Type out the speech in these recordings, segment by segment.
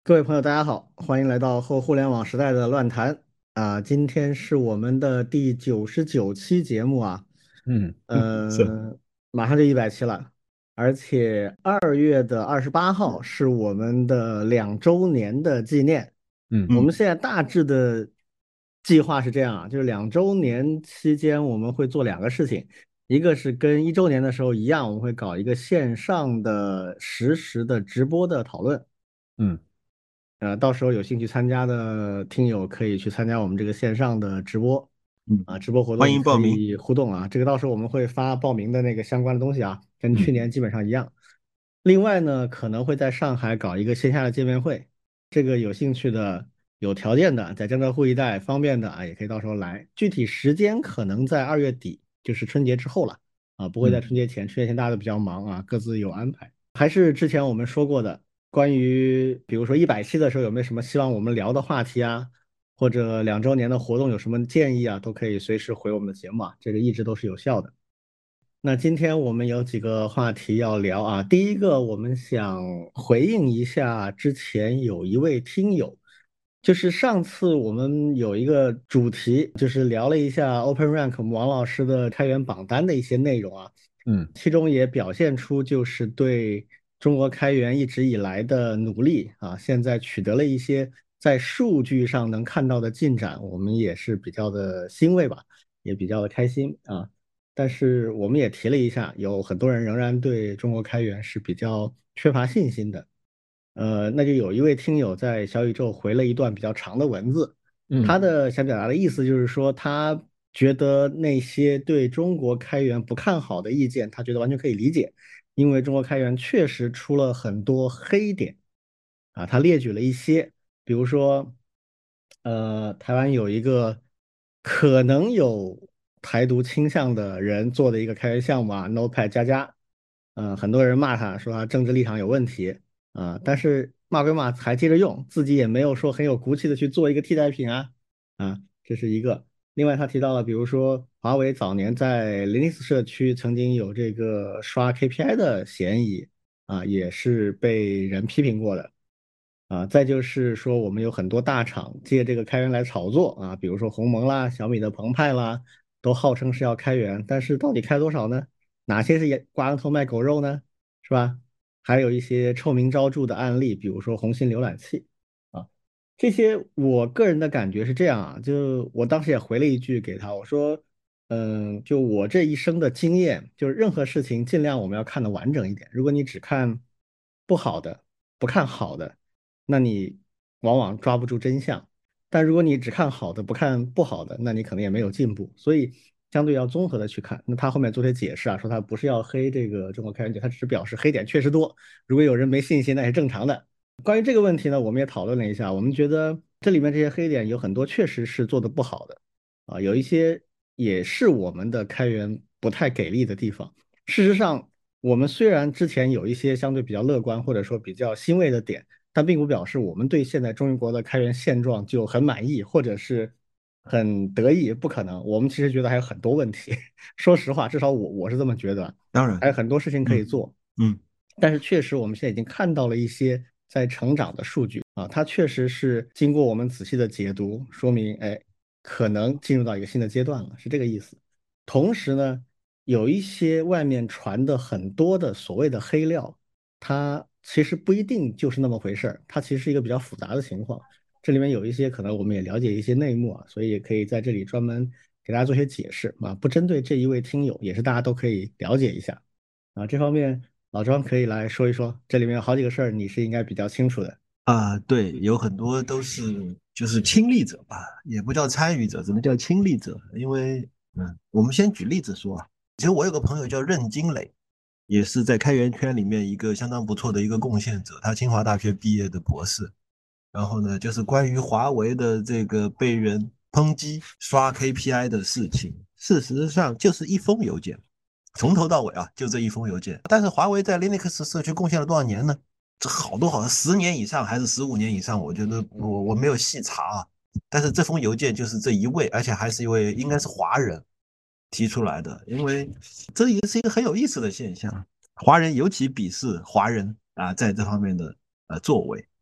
各位朋友，大家好，欢迎来到后互联网时代的乱谈啊！今天是我们的第99期节目啊， 嗯，是， 嗯、马上就100期了，而且2月28号是我们的2周年的纪念。我嗯们现在大致的计划是这样啊，就是2周年期间我们会做两个事情，一个是跟1周年的时候一样，我们会搞一个线上的实时的直播的讨论。 嗯到时候有兴趣参加的听友可以去参加我们这个线上的直播嗯， 啊，直播活欢动迎报名。 可以互动啊，这个到时候我们会发报名的那个相关的东西啊，跟去嗯年基本上一样。另外呢，可能会在上海搞一个线下的见面会，这个有兴趣的、有条件的，在江浙沪一带方便的啊，也可以到时候来。具体时间可能在2月底，就是春节之后了啊，不会在嗯春节前，春节前大家都比较忙啊，各自有安排。还是之前我们说过的，关于比如说100期的时候有没有什么希望我们聊的话题啊，或者2周年的活动有什么建议啊，都可以随时回我们的节目啊，这个一直都是有效的。那今天我们有几个话题要聊啊。第一个，我们想回应一下之前有一位听友，就是上次我们有一个主题，就是聊了一下 OpenRank 王老师的开源榜单的一些内容啊， 嗯其中也表现出就是对中国开源一直以来的努力啊，现在取得了一些在数据上能看到的进展，我们也是比较的欣慰吧，也比较的开心啊。但是我们也提了一下，有很多人仍然对中国开源是比较缺乏信心的。那就有一位听友在小宇宙回了一段比较长的文字，他嗯的想表达的意思就是说，他觉得那些对中国开源不看好的意见，他觉得完全可以理解，因为中国开源确实出了很多黑点啊，他列举了一些，比如说，台湾有一个可能有台独倾向的人做的一个开源项目啊，Notepad++，很多人骂他说他政治立场有问题啊，但是骂归骂，还接着用，自己也没有说很有骨气的去做一个替代品啊，这是一个。另外，他提到了，比如说华为早年在 Linux 社区曾经有这个刷 KPI 的嫌疑啊，也是被人批评过的。啊，再就是说，我们有很多大厂借这个开源来炒作啊，比如说鸿蒙啦、小米的澎湃啦，都号称是要开源，但是到底开多少呢？哪些是也挂羊头卖狗肉呢？是吧？还有一些臭名昭著的案例，比如说红心浏览器啊，这些我个人的感觉是这样啊，就我当时也回了一句给他，我说，就我这一生的经验，就是任何事情尽量我们要看得完整一点，如果你只看不好的，不看好的。那你往往抓不住真相。但如果你只看好的，不看不好的，那你可能也没有进步。所以相对要综合的去看。那他后面做些解释啊，说他不是要黑这个中国开源节，他只是表示黑点确实多。如果有人没信心，那也是正常的。关于这个问题呢，我们也讨论了一下，我们觉得这里面这些黑点有很多确实是做的不好的啊，有一些也是我们的开源不太给力的地方。事实上，我们虽然之前有一些相对比较乐观或者说比较欣慰的点。但并不表示我们对现在中国的开源现状就很满意，或者是很得意，不可能。我们其实觉得还有很多问题。说实话，至少我是这么觉得， 当然。 还有很多事情可以嗯做。 嗯但是确实，我们现在已经看到了一些在成长的数据啊，它确实是经过我们仔细的解读，说明哎，可能进入到一个新的阶段了，是这个意思。同时呢，有一些外面传的很多的所谓的黑料，它其实不一定就是那么回事儿，它其实是一个比较复杂的情况。这里面有一些可能我们也了解一些内幕啊，所以也可以在这里专门给大家做些解释啊，不针对这一位听友，也是大家都可以了解一下啊。这方面老庄可以来说一说，这里面有好几个事儿你是应该比较清楚的。 对，有很多都是就是亲历者吧，也不叫参与者，只能叫亲历者。因为我们先举例子说啊，其实我有个朋友叫任金磊，也是在开源圈里面一个相当不错的一个贡献者，他清华大学毕业的博士。然后呢，就是关于华为的这个被人抨击刷 KPI 的事情，事实上就是一封邮件，从头到尾啊，就这一封邮件。但是华为在 Linux 社区贡献了多少年呢？这好多好像10年以上还是15年以上，我觉得我没有细查啊。但是这封邮件就是这一位，而且还是一位应该是华人提出来的，因为这也是一个很有意思的现象，华人尤其鄙视华人啊在这方面的作为。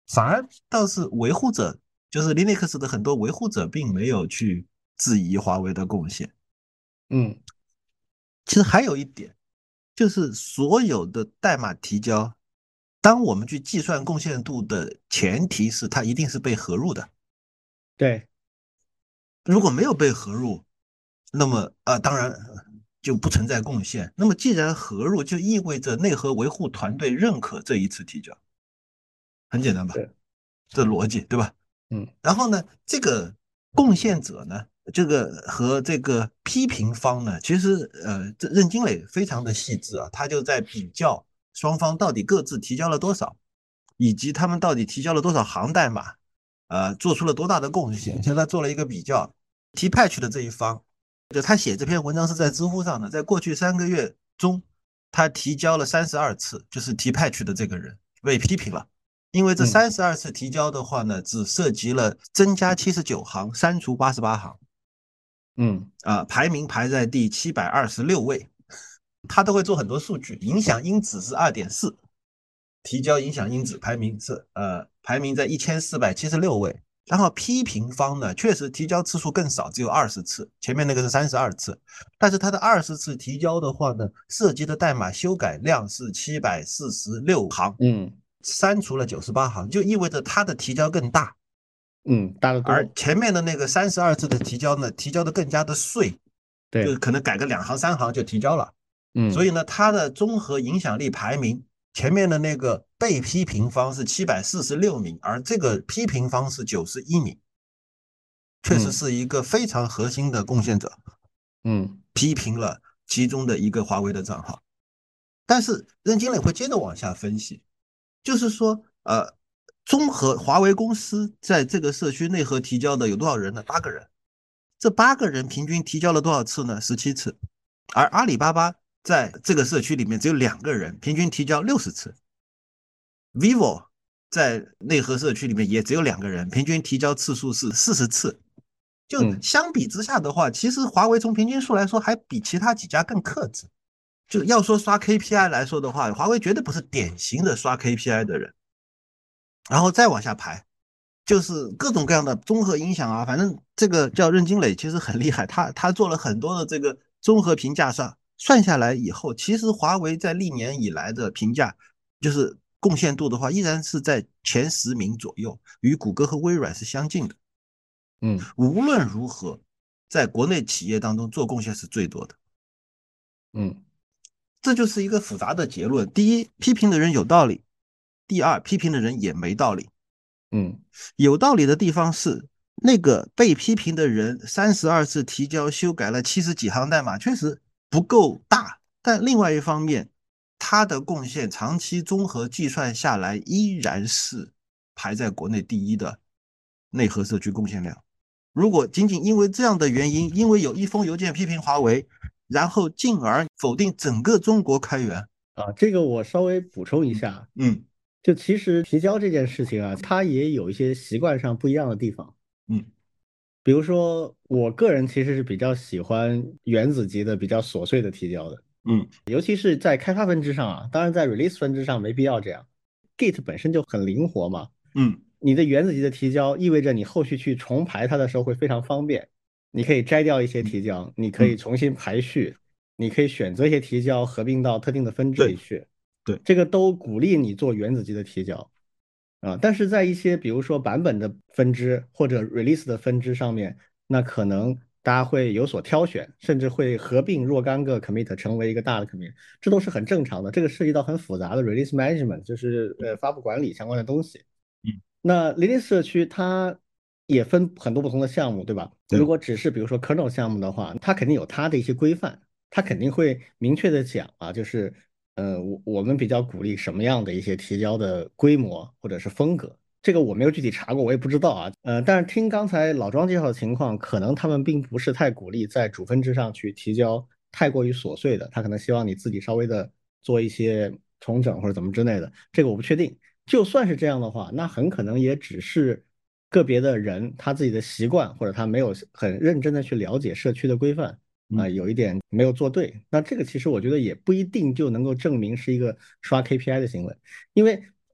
反而倒是维护者，就是 Linux 的很多维护者并没有去质疑华为的贡献。 嗯， 其实还有一点，就是所有的代码提交，当我们去计算贡献度的前提是它一定是被合入的。 对， 如果没有被合入，那么当然就不存在贡献。那么既然合入，就意味着内核维护团队认可这一次提交，很简单吧？ 是， 这逻辑对吧？ 嗯然后呢，这个贡献者呢，这个和这个批评方呢，其实这任经磊非常的细致啊，他就在比较双方到底各自提交了多少，以及他们到底提交了多少行代码，做出了多大的贡献，现在做了一个比较。提 patch 的这一方，就他写这篇文章是在知乎上的，在过去3个月中，他提交了32次，就是提 patch 的这个人被批评了。因为这嗯 32次提交的话呢，只涉及了增加79行，删除88行， 嗯排名排在第726位。他都会做很多数据，影响因子是2.4，提交影响因子排名在1476位。然后批评方呢，确实提交次数更少，只有20次，前面那个是32次，但是他的20次提交的话呢，涉及的代码修改量是746行， 嗯删除了98行，就意味着他的提交更大。 嗯，大得而多。 前面的那个32次的提交呢，提交的更加的碎，就是对， 可能改个2行3行就提交了。所嗯以呢，它的综合影响力排名，前面的那个被批评方是746名，而这个批评方是91名，确实嗯是一个非常核心的贡献者， 嗯批评了其中的一个华为的账号。但是任经磊会接着往下分析，就是说，综合华为公司在这个社区内核提交的有多少人呢？8个人。这8个人平均提交了多少次呢？17次。而阿里巴巴在这个社区里面只有2个人，平均提交60次。vivo 在内核社区里面也只有2个人，平均提交次数是40次。就嗯相比之下的话，其实华为从平均数来说还比其他几家更克制。就要说刷 KPI 来说的话，华为绝对不是典型的刷 KPI 的人。然后再往下排，就是各种各样的综合影响啊，反正这个叫任经磊其实很厉害，他做了很多的这个综合评价上，算下来以后，其实华为在历年以来的评价，就是贡献度的话，依然是在前10名左右，与谷歌和微软是相近的。 嗯无论如何，在国内企业当中做贡献是最多的。 嗯这就是一个复杂的结论：第一，批评的人有道理；第二，批评的人也没道理。 嗯有道理的地方是，那个被批评的人32次提交修改了70几行代码，确实不够大。但另外一方面，他的贡献长期综合计算下来，依然是排在国内第一的内核社区贡献量。如果仅仅因为这样的原因，因为有一封邮件批评华为，然后进而否定整个中国开源， 这个我稍微补充一下， 嗯就其实提交这件事情啊，它也有一些习惯上不一样的地方。 嗯比如说，我个人其实是比较喜欢原子级的、比较琐碎的提交的， 嗯尤其是在开发分支上啊，当然在 release 分支上没必要这样。Git 本身就很灵活嘛， 嗯你的原子级的提交意味着你后续去重排它的时候会非常方便，你可以摘掉一些提交，你可以嗯， 重新排序，你可以选择一些提交合并到特定的分支里对去， 对， 这个都鼓励你做原子级的提交。但是在一些比如说版本的分支或者 release 的分支上面，那可能大家会有所挑选，甚至会合并若干个 commit 成为一个大的 commit，这都是很正常的。这个涉及到很复杂的 release management，就是发布管理相关的东西。 嗯那 Linux 社区它也分很多不同的项目，对吧？如对。 果只是比如说 kernel 项目的话，它肯定有它的一些规范，它肯定会明确的讲啊，就是我们比较鼓励什么样的一些提交的规模或者是风格。这个我没有具体查过，我也不知道啊。但是听刚才老庄介绍的情况，可能他们并不是太鼓励在主分支上去提交太过于琐碎的，他可能希望你自己稍微的做一些重整或者怎么之类的，这个我不确定。就算是这样的话，那很可能也只是个别的人他自己的习惯，或者他没有很认真的去了解社区的规范有一点没有做对。那这个其实我觉得也不一定就能够证明是一个刷 KPI 的行为，因为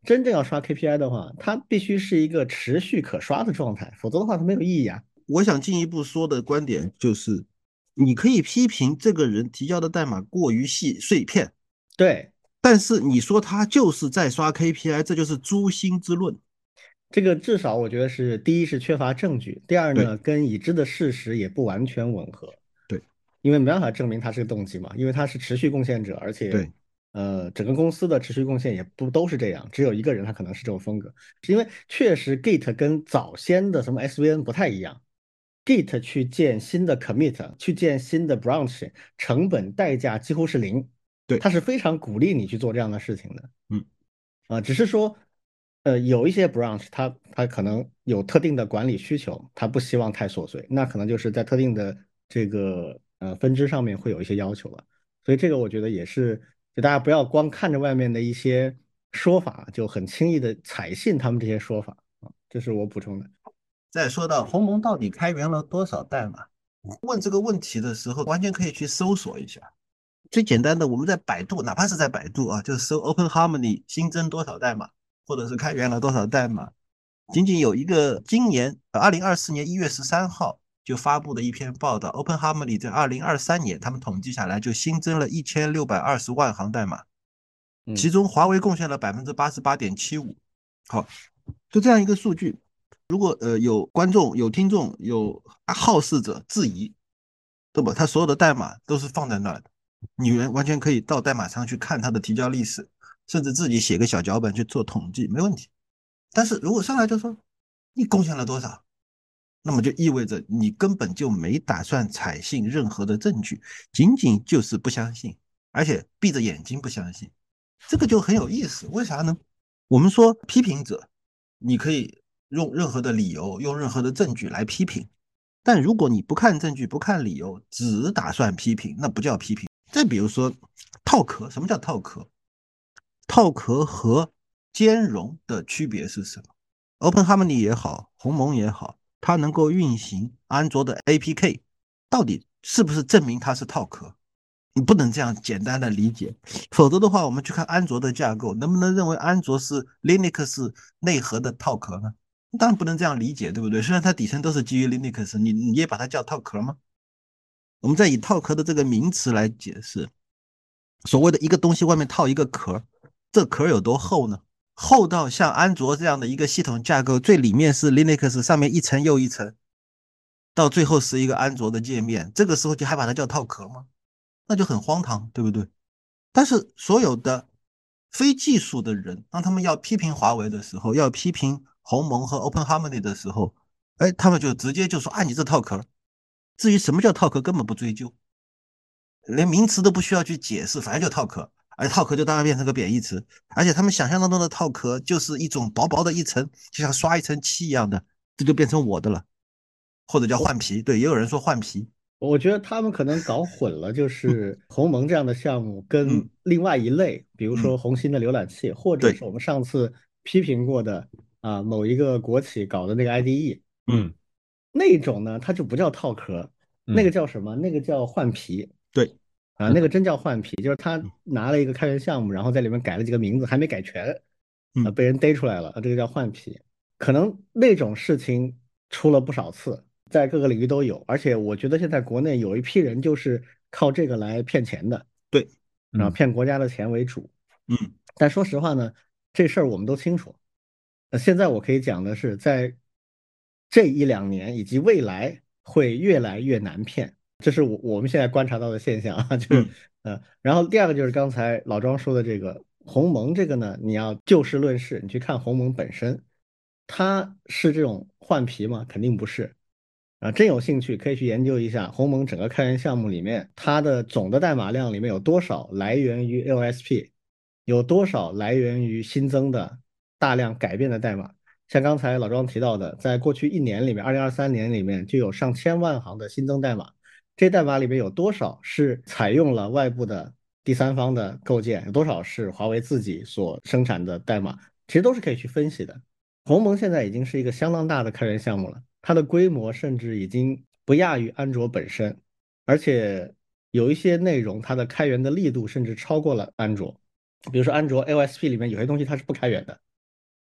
真正要刷 KPI 的话，它必须是一个持续可刷的状态，否则的话它没有意义啊。 我想进一步说的观点就是，你可以批评这个人提交的代码过于碎片， 对， 但是你说他就是在刷 KPI，这就是诛心之论。 这个至少我觉得是第一是缺乏证据，第二对呢跟已知的事实也不完全吻合， 对因为没办法证明他是个动机嘛，因为他是持续贡献者，而且对， 整个公司的持续贡献也不都是这样，只有一个人他可能是这种风格，是因为确实 Git 跟早先的什么 SVN 不太一样，Git 去建新的 commit，去建新的 branch，成本代价几乎是零， 对， 它是非常鼓励你去做这样的事情的。 嗯， 只是说，有一些 branch 它可能有特定的管理需求，它不希望太琐碎，那可能就是在特定的这个分支上面会有一些要求了。所以这个我觉得也是，就大家不要光看着外面的一些说法，就很轻易的采信他们这些说法啊，这是我补充的。 再说到鸿蒙到底开源了多少代码，问这个问题的时候，完全可以去搜索一下。最简单的，我们在百度，哪怕是在百度啊，就是搜 Open Harmony 新增多少代码，或者是开源了多少代码。仅仅有一个今年2024年1月13号就发布的一篇报道，Open Harmony 在2023年他们统计下来就新增了1620万行代码， 嗯。 其中华为贡献了88.75%。好，就这样一个数据，如果有观众、有听众、有好事者质疑，对吧？他所有的代码都是放在那儿的，你完全可以到代码上去看它的提交历史，甚至自己写个小脚本去做统计，没问题。但是如果上来就说你贡献了多少，那么就意味着你根本就没打算采信任何的证据，仅仅就是不相信，而且闭着眼睛不相信，这个就很有意思。为啥呢？我们说批评者，你可以用任何的理由，用任何的证据来批评，但如果你不看证据、不看理由，只打算批评，那不叫批评。再比如说套壳，什么叫套壳？套壳和兼容的区别是什么？Open Harmony 也好，鸿蒙也好，它能够运行安卓的 APK，到底是不是证明它是套壳？你不能这样简单的理解，否则的话，我们去看安卓的架构，能不能认为安卓是 Linux 内核的套壳呢？当然不能这样理解，对不对？虽然它底层都是基于 Linux，你也把它叫套壳吗？我们再以套壳的这个名词来解释，所谓的一个东西外面套一个壳，这壳有多厚呢？厚到像安卓这样的一个系统架构，最里面是 Linux，上面一层又一层，到最后是一个安卓的界面，这个时候就还把它叫套壳吗？那就很荒唐，对不对？但是所有的非技术的人，当他们要批评华为的时候，要批评鸿蒙和 Open Harmony 的时候，哎，他们就直接就说：“啊，你这套壳。”至于什么叫套壳，根本不追究，连名词都不需要去解释，反正就套壳。而套壳就当然变成个贬义词，而且他们想象当中的套壳就是一种薄薄的一层，就像刷一层漆一样的，这就变成我的了，或者叫换皮。对，也有人说换皮。 我觉得他们可能搞混了，就是鸿蒙这样的项目跟嗯另外一类，比如说嗯， 红星的浏览器，或者对， 是我们上次批评过的某一个国企搞的那个 IDE， 嗯那种呢，它就不叫套壳，那个嗯， 叫什么？那个叫换皮对， 那个真叫换皮，就是他拿了一个开源项目，然后在里面改了几个名字，还没改全， 嗯被人逮出来了，这个叫换皮。可能那种事情出了不少次，在各个领域都有，而且我觉得现在国内有一批人就是靠这个来骗钱的， 对， 然后嗯骗国家的钱为主。 嗯但说实话呢，这事儿我们都清楚。现在我可以讲的是，在这一两年以及未来会越来越难骗，这是我们现在观察到的现象啊，就是嗯然后第二个就是刚才老庄说的这个鸿蒙这个呢，你要就事论事，你去看鸿蒙本身，它是这种换皮吗？肯定不是。真有兴趣可以去研究一下鸿蒙整个开源项目里面，它的总的代码量里面有多少来源于 LSP，有多少来源于新增的大量改变的代码。像刚才老庄提到的，在过去一年里面，2023年里面就有上千万行的新增代码，这代码里面有多少是采用了外部的第三方的构建，有多少是华为自己所生产的代码，其实都是可以去分析的。鸿蒙现在已经是一个相当大的开源项目了，它的规模甚至已经不亚于安卓本身，而且有一些内容它的开源的力度甚至超过了安卓。比如说安卓 LSP 里面有些东西它是不开源的，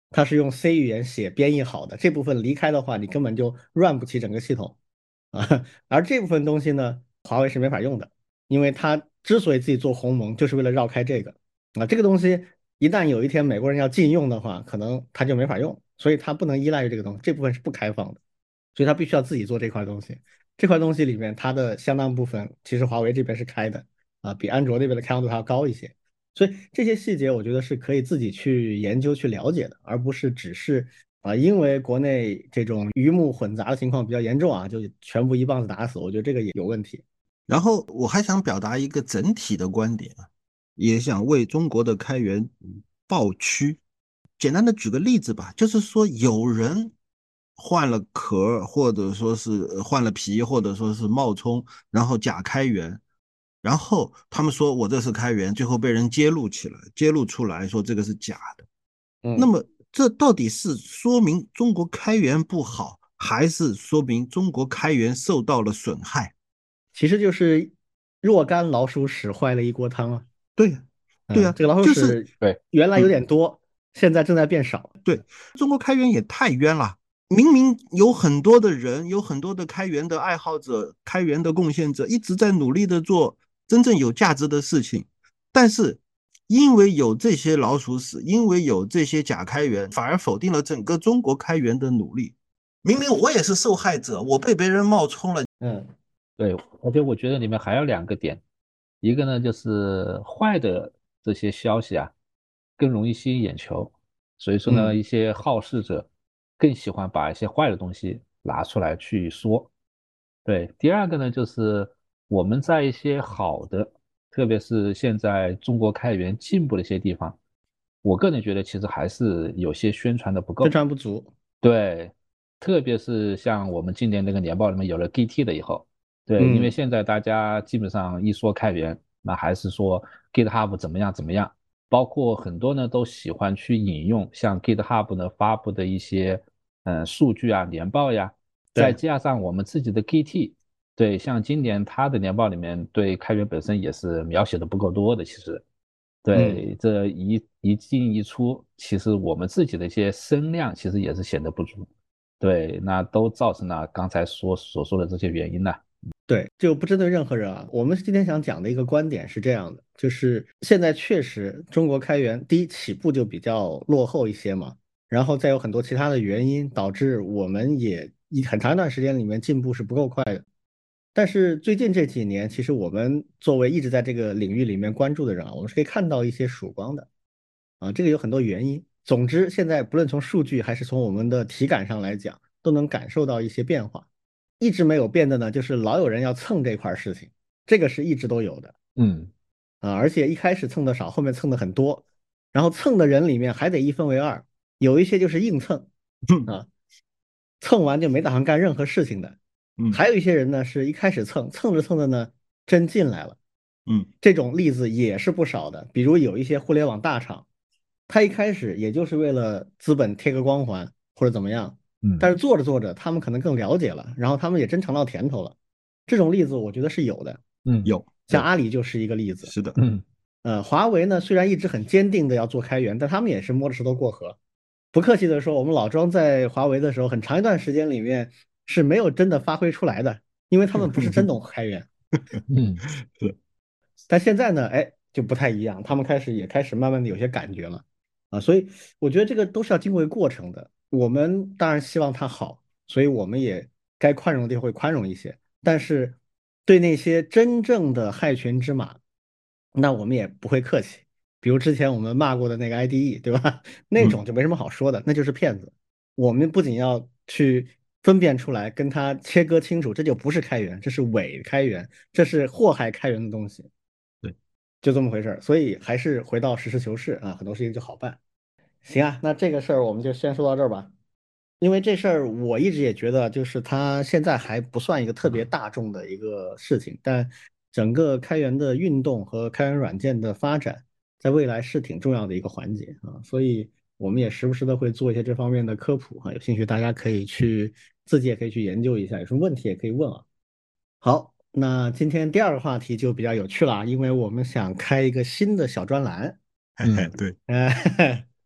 它是用 C 语言写编译好的，这部分离开的话，你根本就 run 不起整个系统啊。而这部分东西呢，华为是没法用的，因为它之所以自己做鸿蒙，就是为了绕开这个啊。这个东西一旦有一天美国人要禁用的话，可能它就没法用，所以它不能依赖于这个东西，这部分是不开放的，所以它必须要自己做这块东西。这块东西里面，它的相当部分其实华为这边是开的啊，比安卓那边的开放度还要高一些。所以这些细节我觉得是可以自己去研究去了解的，而不是只是因为国内这种鱼目混杂的情况比较严重啊，就全部一棒子打死，我觉得这个也有问题。 然后我还想表达一个整体的观点啊，也想为中国的开源抱屈。简单的举个例子吧，就是说有人换了壳，或者说是换了皮，或者说是冒充，然后假开源，然后他们说我这是开源，最后被人揭露出来说这个是假的。那嗯， 么这到底是说明中国开源不好，还是说明中国开源受到了损害？ 其实就是若干老鼠屎坏了一锅汤啊。 对呀，对嗯， 呀， 这个老鼠就是屎对， 原来有嗯。 点多，现在正在变少。 对，中国开源也太冤了。明明有很多的人，有很多的开源的爱好者、开源的贡献者，一直在努力的做真正有价值的事情，但是因为有这些老鼠屎，因为有这些假开源，反而否定了整个中国开源的努力。明明我也是受害者，我被别人冒充了。 嗯对，而且我觉得里面还有两个点，一个呢就是坏的这些消息啊，更容易吸引眼球，所以说呢， 嗯， 一些好事者更喜欢把一些坏的东西拿出来去说。对，第二个呢就是我们在一些好的，特别是现在中国开源进步的一些地方，我个人觉得其实还是有些宣传的不宣够。 传不足。 对，特别是像我们今年那个年报里面有了 GT 了以后。对，因为嗯， 现在大家基本上一说开源，那还是说 GitHub 怎么样怎么样，包括很多呢都喜欢去引用像 GitHub 呢发布的一些数据啊、年报呀，再对， 加上我们自己的 Git，对，像今年它的年报里面对开源本身也是描写的不够多的，其实。 嗯。 对，这一进一出，其实我们自己的一些声量其实也是显得不足。对，那都造成了刚才所说的这些原因呢。 对，就不针对任何人啊。我们今天想讲的一个观点是这样的，就是现在确实中国开源第一起步就比较落后一些嘛，然后再有很多其他的原因导致我们也很长一段时间里面进步是不够快的。但是最近这几年，其实我们作为一直在这个领域里面关注的人啊，我们是可以看到一些曙光的啊。这个有很多原因。总之，现在不论从数据还是从我们的体感上来讲，都能感受到一些变化。一直没有变的呢，就是老有人要蹭这块事情，这个是一直都有的嗯啊。而且一开始蹭的少，后面蹭的很多，然后蹭的人里面还得一分为二，有一些就是硬蹭啊，蹭完就没打算干任何事情的， 嗯还有一些人呢是一开始蹭，蹭着蹭着呢真进来了， 嗯这种例子也是不少的。比如有一些互联网大厂，他一开始也就是为了资本贴个光环或者怎么样。但嗯是做着做着，他们可能更了解了，然后他们也真尝到甜头了。这种例子我觉得是有的， 嗯像有， 阿里就是一个例子。 是的。 嗯华为呢虽然一直很坚定的要做开源，但他们也是摸着石头过河。不客气的说，我们老庄在华为的时候，很长一段时间里面是没有真的发挥出来的，因为他们不是真懂开源。 嗯是， 但现在呢，哎，就不太一样，他们也开始慢慢的有些感觉了啊，所以我觉得这个都是要经过一个过程的。我们当然希望它好，所以我们也该宽容的地方会宽容一些，但是对那些真正的害群之马，那我们也不会客气。比如之前我们骂过的那个 IDE，对吧？那嗯， 种就没什么好说的，那就是骗子。我们不仅要去分辨出来，跟它切割清楚，这就不是开源，这是伪开源，这是祸害开源的东西。 对， 就这么回事儿，所以还是回到实事求是啊，很多事情就好办。行啊，那这个事儿我们就先说到这儿吧。因为这事儿我一直也觉得，就是它现在还不算一个特别大众的一个事情，但整个开源的运动和开源软件的发展，在未来是挺重要的一个环节啊，所以我们也时不时的会做一些这方面的科普啊，有兴趣大家可以去自己也可以去研究一下，有什么问题也可以问啊。好，那今天第二个话题就比较有趣了啊，因为我们想开一个新的小专栏。 嗯对， 呃，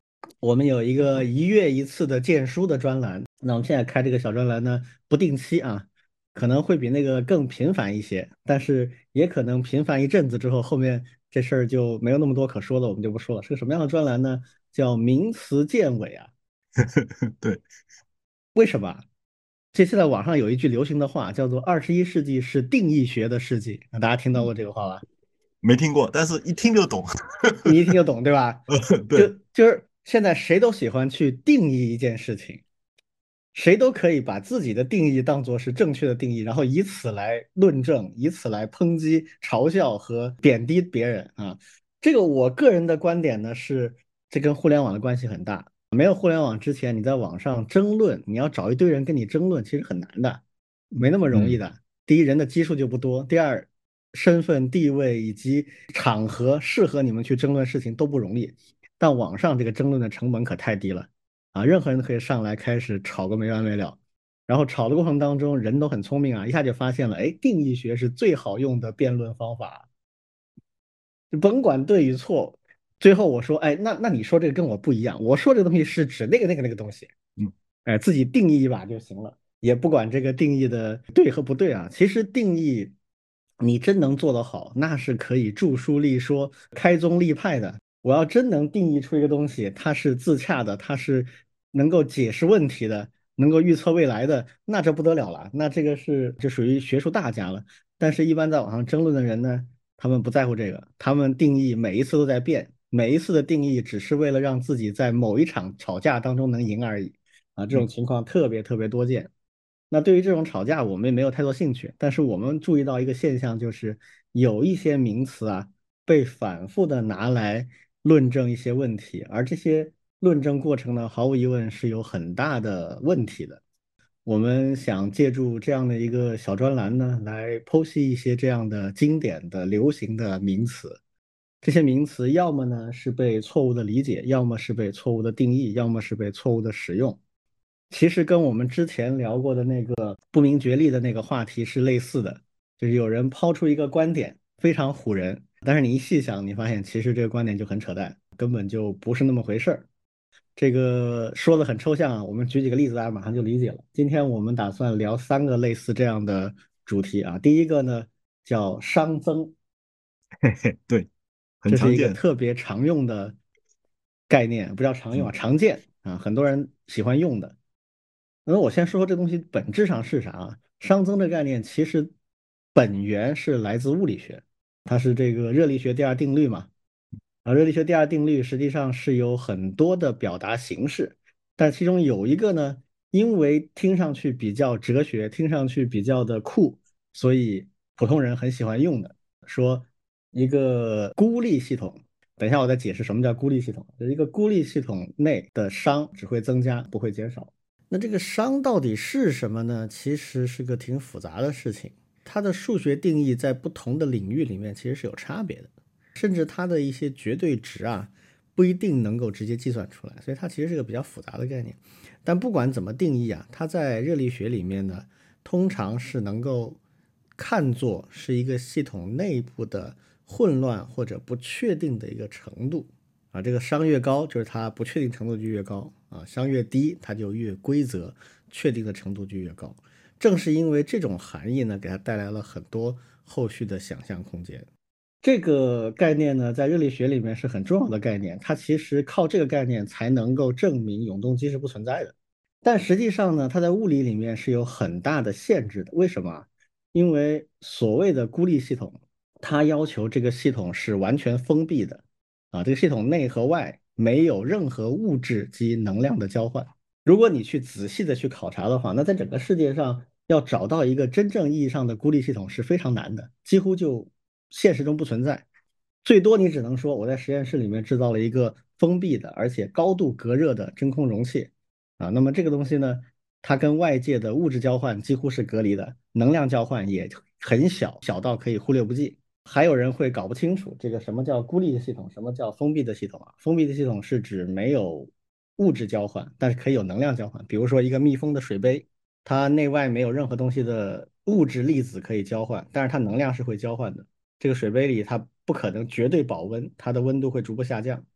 我们有一个1月1次的荐书的专栏，那我们现在开这个小专栏呢，不定期啊，可能会比那个更频繁一些，但是也可能频繁一阵子之后，后面这事儿就没有那么多可说的，我们就不说了。是个什么样的专栏呢？叫名词见尾啊。 对， 为什么？这现在网上有一句流行的话，叫做“21世纪是定义学的世纪”。那大家听到过这个话吧？ 没听过，但是一听就懂。 你一听就懂，对吧？就对， 就是现在谁都喜欢去定义一件事情，谁都可以把自己的定义当做是正确的定义，然后以此来论证，以此来抨击、嘲笑和贬低别人啊。这个我个人的观点呢是，这跟互联网的关系很大。没有互联网之前，你在网上争论，你要找一堆人跟你争论，其实很难的，没那么容易嗯的。第一，人的基数就不多；第二，身份地位以及场合适合你们去争论事情都不容易。但网上这个争论的成本可太低了。啊，任何人都可以上来开始吵个没完没了，然后吵的过程当中，人都很聪明啊，一下就发现了，哎，定义学是最好用的辩论方法，就甭管对与错，最后我说，哎，那你说这个跟我不一样，我说这个东西是指那个东西， 嗯哎，自己定义一把就行了，也不管这个定义的对和不对啊。其实定义你真能做得好，那是可以著书立说、开宗立派的。我要真能定义出一个东西，它是自洽的，它是能够解释问题的，能够预测未来的，那这不得了了，那这个是就属于学术大家了。但是，一般在网上争论的人呢，他们不在乎这个，他们定义每一次都在变，每一次的定义只是为了让自己在某一场吵架当中能赢而已。啊，这种嗯情况特别特别多见。那对于这种吵架，我们也没有太多兴趣，但是我们注意到一个现象，就是有一些名词啊，被反复的拿来论证一些问题，而这些论证过程呢，毫无疑问是有很大的问题的。我们想借助这样的一个小专栏呢，来剖析一些这样的经典的流行的名词。这些名词要么呢是被错误的理解，要么是被错误的定义，要么是被错误的使用。其实跟我们之前聊过的那个不明觉厉的那个话题是类似的，就是有人抛出一个观点，非常唬人，但是你一细想，你发现其实这个观点就很扯淡，根本就不是那么回事儿。这个说的很抽象啊，我们举几个例子，大家马上就理解了。今天我们打算聊3个类似这样的主题啊。第一个呢叫熵增， 嘿嘿，对，很这是一个常见。 特别常用的概念，不叫常用啊， 嗯常见啊，很多人喜欢用的。那么我先说说这东西本质上是啥啊？熵增这个概念其实本源是来自物理学，它是这个热力学第二定律嘛。啊，热力学第二定律实际上是有很多的表达形式，但其中有一个呢，因为听上去比较哲学，听上去比较的酷，所以普通人很喜欢用的。说一个孤立系统，等一下我再解释什么叫孤立系统。就是一个孤立系统内的熵只会增加，不会减少。那这个熵到底是什么呢？其实是个挺复杂的事情，它的数学定义在不同的领域里面其实是有差别的。甚至它的一些绝对值啊，不一定能够直接计算出来，所以它其实是个比较复杂的概念。但不管怎么定义啊，它在热力学里面呢，通常是能够看作是一个系统内部的混乱或者不确定的一个程度啊。这个熵越高，就是它不确定程度就越高啊；熵越低，它就越规则，确定的程度就越高。正是因为这种含义呢，给它带来了很多后续的想象空间。这个概念呢，在热力学里面是很重要的概念，它其实靠这个概念才能够证明永动机是不存在的。但实际上呢，它在物理里面是有很大的限制的。为什么？因为所谓的孤立系统，它要求这个系统是完全封闭的，啊，这个系统内和外没有任何物质及能量的交换。如果你去仔细的去考察的话，那在整个世界上要找到一个真正意义上的孤立系统是非常难的，几乎就现实中不存在。最多你只能说我在实验室里面制造了一个封闭的而且高度隔热的真空容器啊，那么这个东西呢，它跟外界的物质交换几乎是隔离的，能量交换也很小，小到可以忽略不计。还有人会搞不清楚这个什么叫孤立的系统，什么叫封闭的系统啊？封闭的系统是指没有物质交换，但是可以有能量交换。比如说一个密封的水杯，它内外没有任何东西的物质粒子可以交换，但是它能量是会交换的。这个水杯里它不可能绝对保温，它的温度会逐步下降。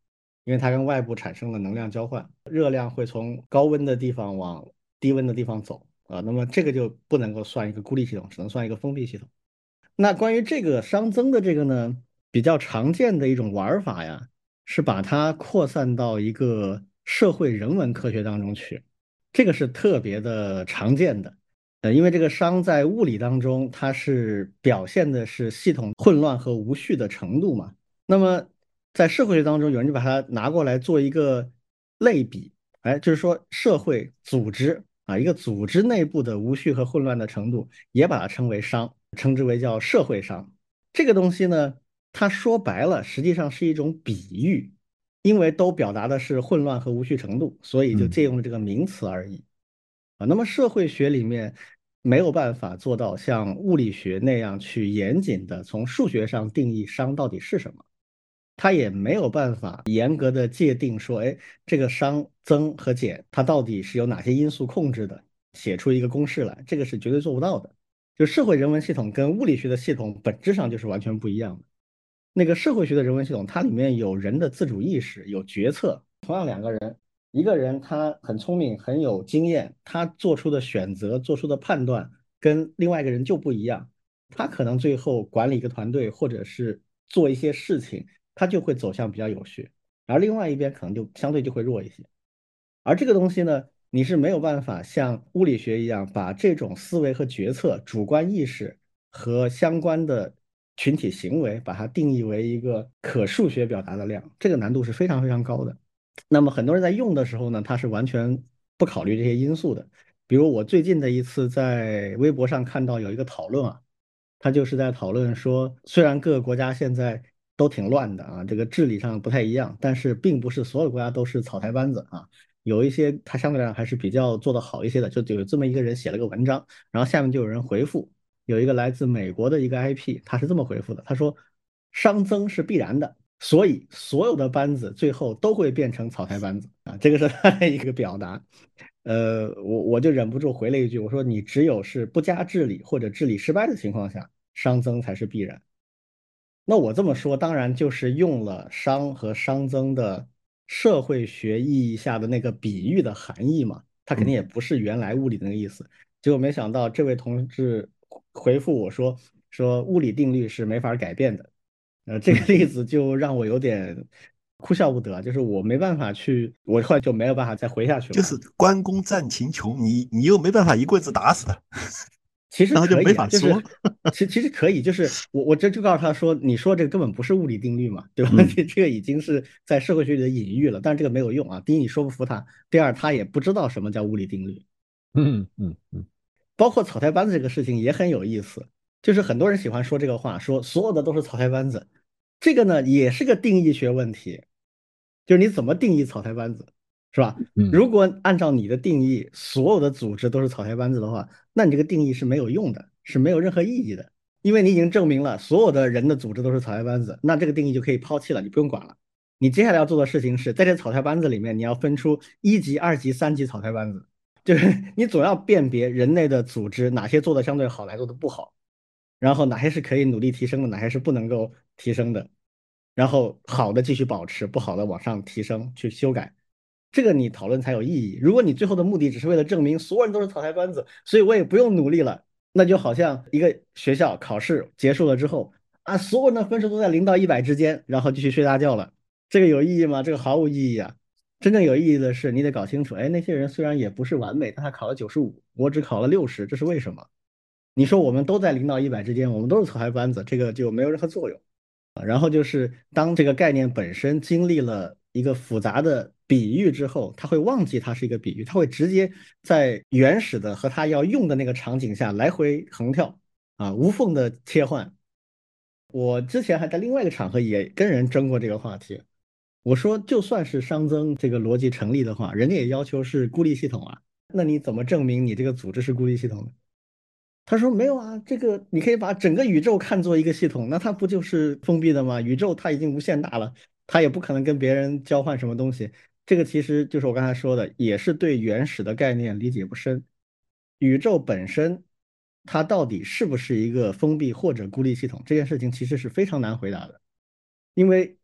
因为它跟外部产生了能量交换，热量会从高温的地方往低温的地方走啊，那么这个就不能够算一个孤立系统，只能算一个封闭系统。那关于这个熵增的这个呢，比较常见的一种玩法呀，是把它扩散到一个社会人文科学当中去，这个是特别的常见的。因为这个熵在物理当中，它是表现的是系统混乱和无序的程度嘛。那么在社会学当中，有人就把它拿过来做一个类比，哎，就是说社会组织啊，一个组织内部的无序和混乱的程度，也把它称为熵，称之为叫社会熵。这个东西呢，它说白了，实际上是一种比喻，因为都表达的是混乱和无序程度，所以就借用了这个名词而已。啊，那么社会学里面没有办法做到像物理学那样去严谨的从数学上定义熵到底是什么，它也没有办法严格的界定说，哎，这个熵增和减它到底是由哪些因素控制的，写出一个公式来，这个是绝对做不到的。就社会人文系统跟物理学的系统本质上就是完全不一样的。那个社会学的人文系统，它里面有人的自主意识，有决策。同样两个人，一个人他很聪明，很有经验，他做出的选择、做出的判断跟另外一个人就不一样。他可能最后管理一个团队，或者是做一些事情，他就会走向比较有序，而另外一边可能就相对就会弱一些。而这个东西呢，你是没有办法像物理学一样，把这种思维和决策、主观意识和相关的群体行为，把它定义为一个可数学表达的量，这个难度是非常非常高的。那么很多人在用的时候呢，他是完全不考虑这些因素的。比如我最近的一次在微博上看到有一个讨论啊，他就是在讨论说，虽然各个国家现在都挺乱的啊，这个治理上不太一样，但是并不是所有国家都是草台班子啊，有一些它相对来讲还是比较做得好一些的。就有这么一个人写了个文章，然后下面就有人回复，有一个来自美国的一个 IP，他是这么回复的，他说熵增是必然的，所以所有的班子最后都会变成草台班子啊，这个是他的一个表达。我就忍不住回了一句，我说你只有是不加治理或者治理失败的情况下，熵增才是必然。那我这么说，当然就是用了熵和熵增的社会学意义下的那个比喻的含义嘛，它肯定也不是原来物理的那个意思。结果没想到这位同志回复我说物理定律是没法改变的。这个例子就让我有点哭笑不得，就是我没办法去，我后来就没有办法再回下去了。 就是关公战秦琼，你又没办法一棍子打死他， 其实然后就可以啊， 没法说。 就是其实可以，就是我这就告诉他说，你说这个根本不是物理定律嘛，对吧？ 嗯这个已经是在社会学里的隐喻了，但是这个没有用啊。第一，你说不服他；第二，他也不知道什么叫物理定律。 嗯。 包括草台班子这个事情也很有意思，就是很多人喜欢说这个话，说所有的都是草台班子，这个呢也是个定义学问题，就是你怎么定义草台班子，是吧？ 嗯如果按照你的定义，所有的组织都是草台班子的话，那你这个定义是没有用的，是没有任何意义的，因为你已经证明了所有的人的组织都是草台班子，那这个定义就可以抛弃了，你不用管了。你接下来要做的事情是在这草台班子里面，你要分出一级、二级、三级草台班子。就是你总要辨别人类的组织哪些做的相对好，哪些做的不好，然后哪些是可以努力提升的，哪些是不能够提升的，然后好的继续保持，不好的往上提升去修改，这个你讨论才有意义。如果你最后的目的只是为了证明所有人都是草台班子，所以我也不用努力了，那就好像一个学校考试结束了之后啊，所有人的分数都在0到100之间，然后继续睡大觉了，这个有意义吗？这个毫无意义啊。真正有意义的是，你得搞清楚，哎，那些人虽然也不是完美，但他考了95，我只考了60，这是为什么？你说我们都在0到100之间，我们都是草台班子，这个就没有任何作用。然后就是当这个概念本身经历了一个复杂的比喻之后，他会忘记它是一个比喻，他会直接在原始的和他要用的那个场景下来回横跳啊，无缝的切换。我之前还在另外一个场合也跟人争过这个话题，我说就算是熵增这个逻辑成立的话，人家也要求是孤立系统啊，那你怎么证明你这个组织是孤立系统呢？他说没有啊，这个你可以把整个宇宙看作一个系统，那它不就是封闭的吗？宇宙它已经无限大了，它也不可能跟别人交换什么东西。这个其实就是我刚才说的，也是对原始的概念理解不深。宇宙本身它到底是不是一个封闭或者孤立系统，这件事情其实是非常难回答的，因为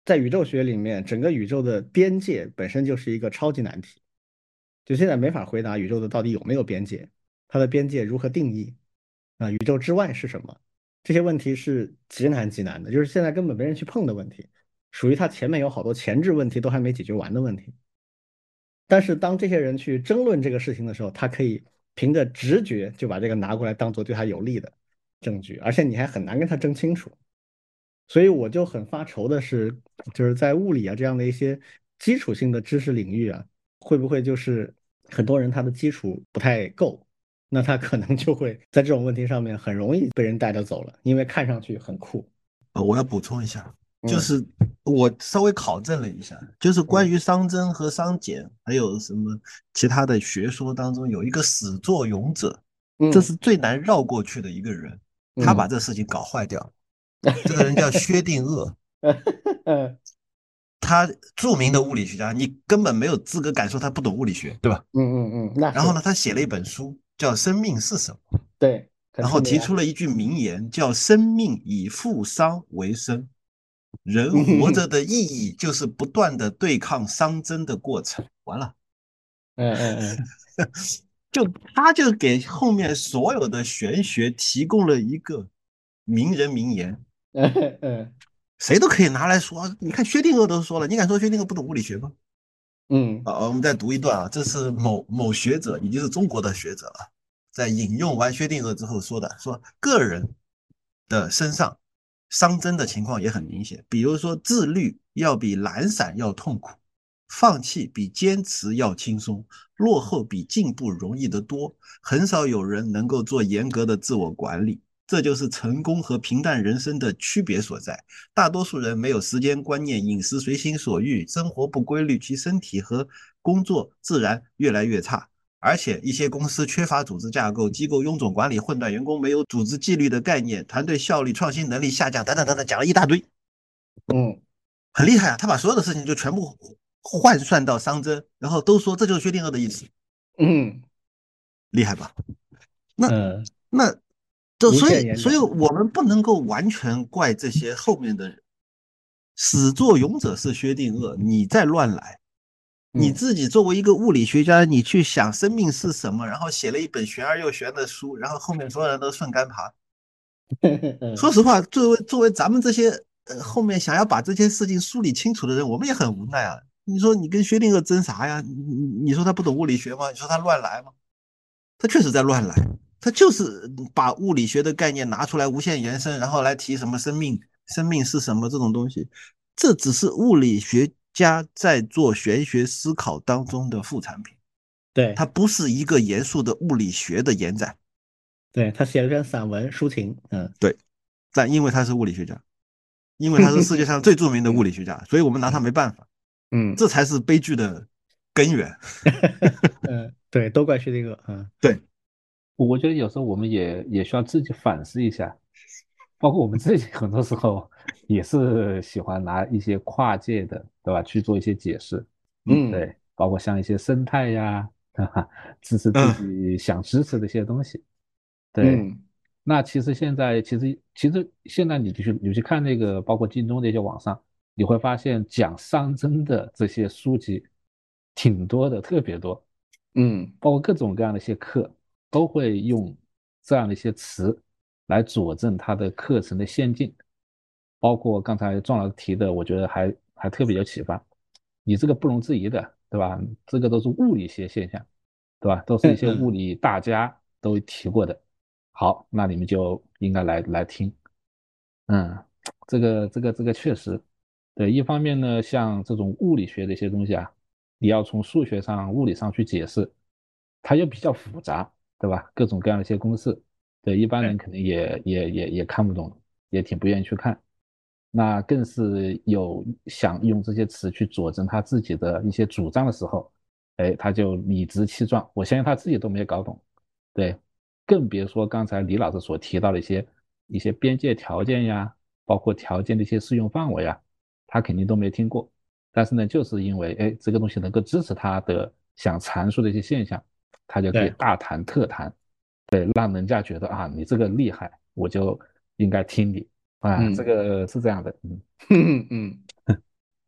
在宇宙学里面，整个宇宙的边界本身就是一个超级难题，就现在没法回答宇宙的到底有没有边界，它的边界如何定义宇宙之外是什么？这些问题是极难极难的，就是现在根本没人去碰的问题，属于它前面有好多前置问题都还没解决完的问题。但是当这些人去争论这个事情的时候，他可以凭着直觉就把这个拿过来当做对他有利的证据，而且你还很难跟他争清楚。所以我就很发愁的是，就是在物理啊这样的一些基础性的知识领域啊，会不会就是很多人他的基础不太够，那他可能就会在这种问题上面很容易被人带着走了，因为看上去很酷。 我要补充一下，就嗯是我稍微考证了一下，就是关嗯于熵增和熵减，还有什么其他的学说当中，有一个始作俑者，这嗯是最难绕过去的一个人，他把嗯这事情搞坏掉。这个人叫薛定谔， 嗯他著名的物理学家，你根本没有资格敢说他不懂物理学，对吧？ 那是然后呢，他写了一本书叫《生命是什么》， 对，很然后提出名啊。 出了一句名言，叫“生命以负熵为生”。人活嗯着的意义就是不断的对抗熵增的过程。完了， 嗯就他就给后面所有的玄学提供了一个名人名言， 嗯谁都可以拿来说。你看薛定谔都说了，你敢说薛定谔不懂物理学吗？ 嗯我们再读一段啊，这是某学者，已经是中国的学者了，在引用完薛定谔之后说的，说个人的身上熵增的情况也很明显，比如说自律要比懒散要痛苦，放弃比坚持要轻松，落后比进步容易得多，很少有人能够做严格的自我管理。这就是成功和平淡人生的区别所在。大多数人没有时间观念，饮食随心所欲，生活不规律，其身体和工作自然越来越差。而且一些公司缺乏组织架构，机构臃肿管理，混乱员工，没有组织纪律的概念，团队效率、创新能力下降，等等等等，讲了一大堆， 嗯很厉害啊！他把所有的事情就全部换算到熵增，然后都说这就是薛定谔的意思， 嗯厉害吧？那嗯， 那这无所以，所以限延展。 我们不能够完全怪这些后面的人。始作俑者是薛定谔，你再乱来。你嗯自己作为一个物理学家，你去想生命是什么，然后写了一本玄而又玄的书，然后后面所有人都顺杆爬。说嗯实话，作为咱们这些后面想要把这些事情梳理清楚的人，我们也很无奈啊。你说你跟薛定谔争啥呀？你说他不懂物理学吗？你说他乱来吗？他确实在乱来，他就是把物理学的概念拿出来无限延伸，然后来提什么生命是什么这种东西，这只是物理学家在做玄学思考当中的副产品， 对它不是一个严肃的物理学的延展。 对，他写了篇散文抒情。 对，但因为他是物理学家，因为他是世界上最著名的物嗯理学家，所以我们拿他没办法， 嗯这才是悲剧的根源。 对，都怪薛定谔。 对， 我觉得有时候我们也需要自己反思一下，包括我们自己很多时候也是喜欢拿一些跨界的，对吧，去做一些解释， 嗯对，包括像一些生态呀，哈哈，支持自嗯己想支持的一些东西，对。 嗯那其实现在，其实现在你去看那个，包括京东这些网上，你会发现讲熵增的这些书籍挺多的，特别多。 嗯包括各种各样的一些课，都会用这样的一些词来佐证它的课程的先进。包括刚才庄老师提的，我觉得还特别有启发。你这个不容置疑的，对吧？这个都是物理学现象，对吧？都是一些物嗯理大家都提过的。好，那你们就应该来听。嗯，这个确实，对，一方面呢，像这种物理学的一些东西啊，你要从数学上、物理上去解释，它又比较复杂，对吧？各种各样的一些公式，对，一般人肯定也看不懂，也挺不愿意去看。那更是有想用这些词去佐证他自己的一些主张的时候，哎，他就理直气壮，我相信他自己都没有搞懂，对，更别说刚才李老师所提到的一些边界条件呀，包括条件的一些适用范围啊，他肯定都没听过。但是呢，就是因为哎这个东西能够支持他的想阐述的一些现象，他就可以对大谈特谈，对，让人家觉得啊你这个厉害，我就应该听你啊，这嗯个是这样的， 嗯嗯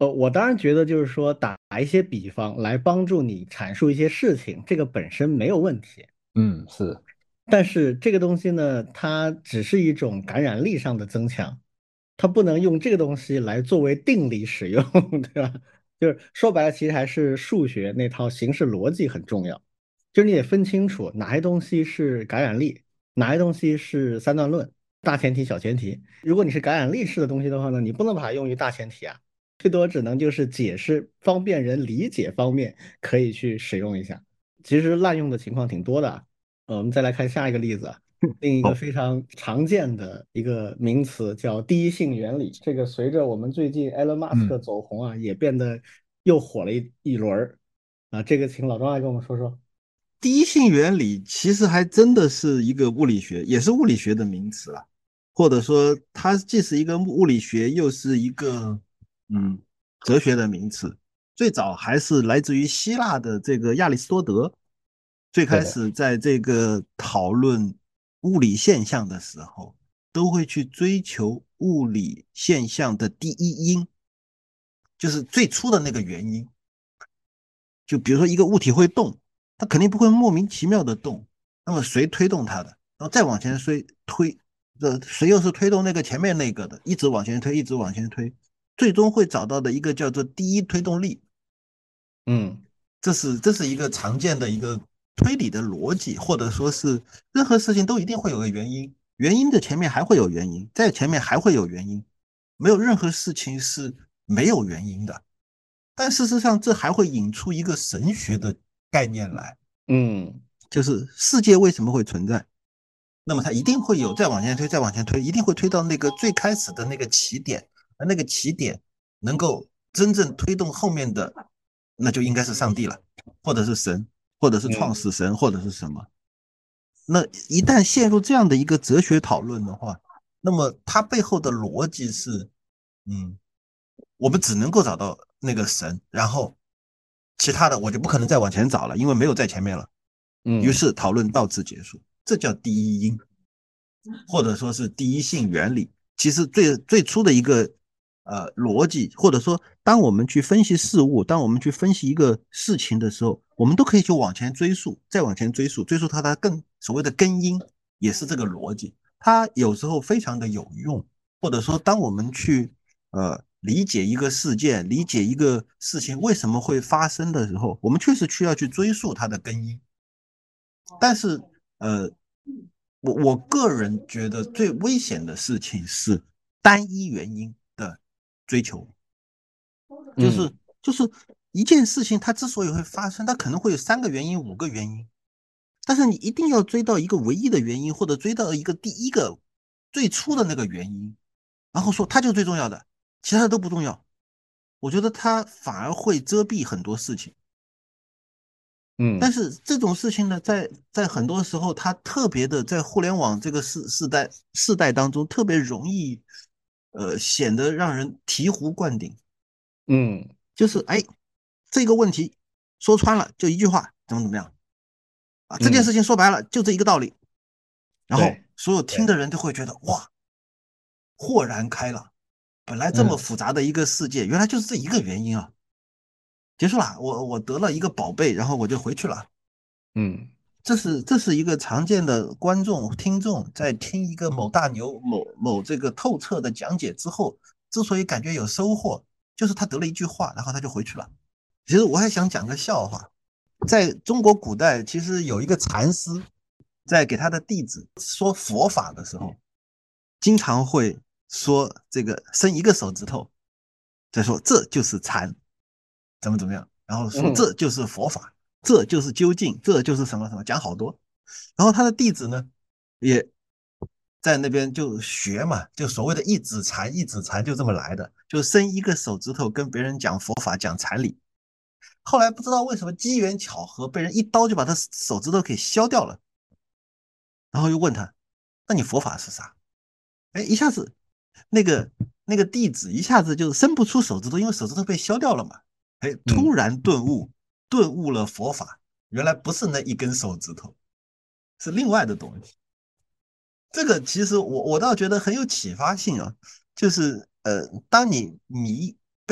我当然觉得就是说打一些比方来帮助你阐述一些事情，这个本身没有问题。 嗯，是， 但是这个东西呢，它只是一种感染力上的增强，它不能用这个东西来作为定理使用，对吧？就是说白了，其实还是数学那套形式逻辑很重要，就是你得分清楚哪些东西是感染力，哪些东西是三段论，大前提、小前提。如果你是感染力式的东西的话呢，你不能把它用于大前提啊，最多只能就是解释方便人理解方面可以去使用一下。其实滥用的情况挺多的啊。我们再来看下一个例子啊，另一个好， 非常常见的一个名词叫第一性原理。这个随着我们最近 Elon 嗯。 Musk 走红啊，也变得又火了一轮儿啊。这个请老庄来跟我们说说。 第一性原理其实还真的是一个物理学，也是物理学的名词了，或者说它既是一个物理学，又是一个嗯哲学的名词。最早还是来自于希腊的这个亚里士多德，最对的， 开始在这个讨论物理现象的时候，都会去追求物理现象的第一因，就是最初的那个原因。就比如说一个物体会动，它肯定不会莫名其妙的动，那么谁推动它的？然后再往前推，谁又是推动那个前面那个的，一直往前推，一直往前推，最终会找到的一个叫做第一推动力。 嗯这是一个常见的一个推理的逻辑，或者说是任何事情都一定会有个原因，原因的前面还会有原因，在前面还会有原因，没有任何事情是没有原因的。但事实上，这还会引出一个神学的概念来， 嗯就是世界为什么会存在？那么它一定会有再往前推，再往前推，一定会推到那个最开始的那个起点，而那个起点能够真正推动后面的，那就应该是上帝了，或者是神，或者是创嗯始神，或者是什么。那一旦陷入这样的一个哲学讨论的话，那么它背后的逻辑是，嗯，我们只能够找到那个神，然后其他的我就不可能再往前找了，因为没有在前面了。于嗯是讨论到此结束，这叫第一因，或者说是第一性原理。其实最初的一个逻辑，或者说当我们去分析事物，当我们去分析一个事情的时候，我们都可以去往前追溯，再往前追溯，追溯它的更所谓的根因，也是这个逻辑。它有时候非常的有用，或者说当我们去理解一个事件，理解一个事情为什么会发生的时候，我们确实需要去追溯它的根因。但是呃，我个人觉得最危险的事情是单一原因的追求，就嗯是就是一件事情它之所以会发生，它可能会有3个原因、5个原因，但是你一定要追到一个唯一的原因，或者追到一个第一个最初的那个原因，然后说它就是最重要的，其他的都不重要。我觉得它反而会遮蔽很多事情。但嗯是这种事情呢，在很多时候，它特别的在互联网这个世代当中，特别容易，显得让人醍醐灌顶。 嗯就是哎，这个问题说穿了就一句话，怎么样啊？这件嗯， 事情说白了就这一个道理，然后对所有听对， 的人都会觉得哇，豁然开朗。本来这么嗯复杂的一个世界，原来就是这一个原因啊！结束了，我得了一个宝贝，然后我就回去了。 嗯这是一个常见的观众听众在听一个某大牛某这个透彻的讲解之后，之所以感觉有收获，就是他得了一句话，然后他就回去了。其实我还想讲个笑话，在中国古代，其实有一个禅师在给他的弟子说佛法的时候，经常会说这个伸一个手指头，再说这就是禅，怎么样，然后说嗯这就是佛法，这就是究竟，这就是什么什么，讲好多。然后他的弟子呢，也在那边就学嘛，就所谓的一指禅，一指禅就这么来的，就伸一个手指头跟别人讲佛法，讲禅理。后来不知道为什么机缘巧合，被人一刀就把他手指头给削掉了。然后又问他，那你佛法是啥？哎，一下子那个那个弟子一下子就伸不出手指头，因为手指头被削掉了嘛。哎，突嗯然顿悟了佛法，原来不是那一根手指头，是另外的东西。这个其实我倒觉得很有启发性啊，就是当你迷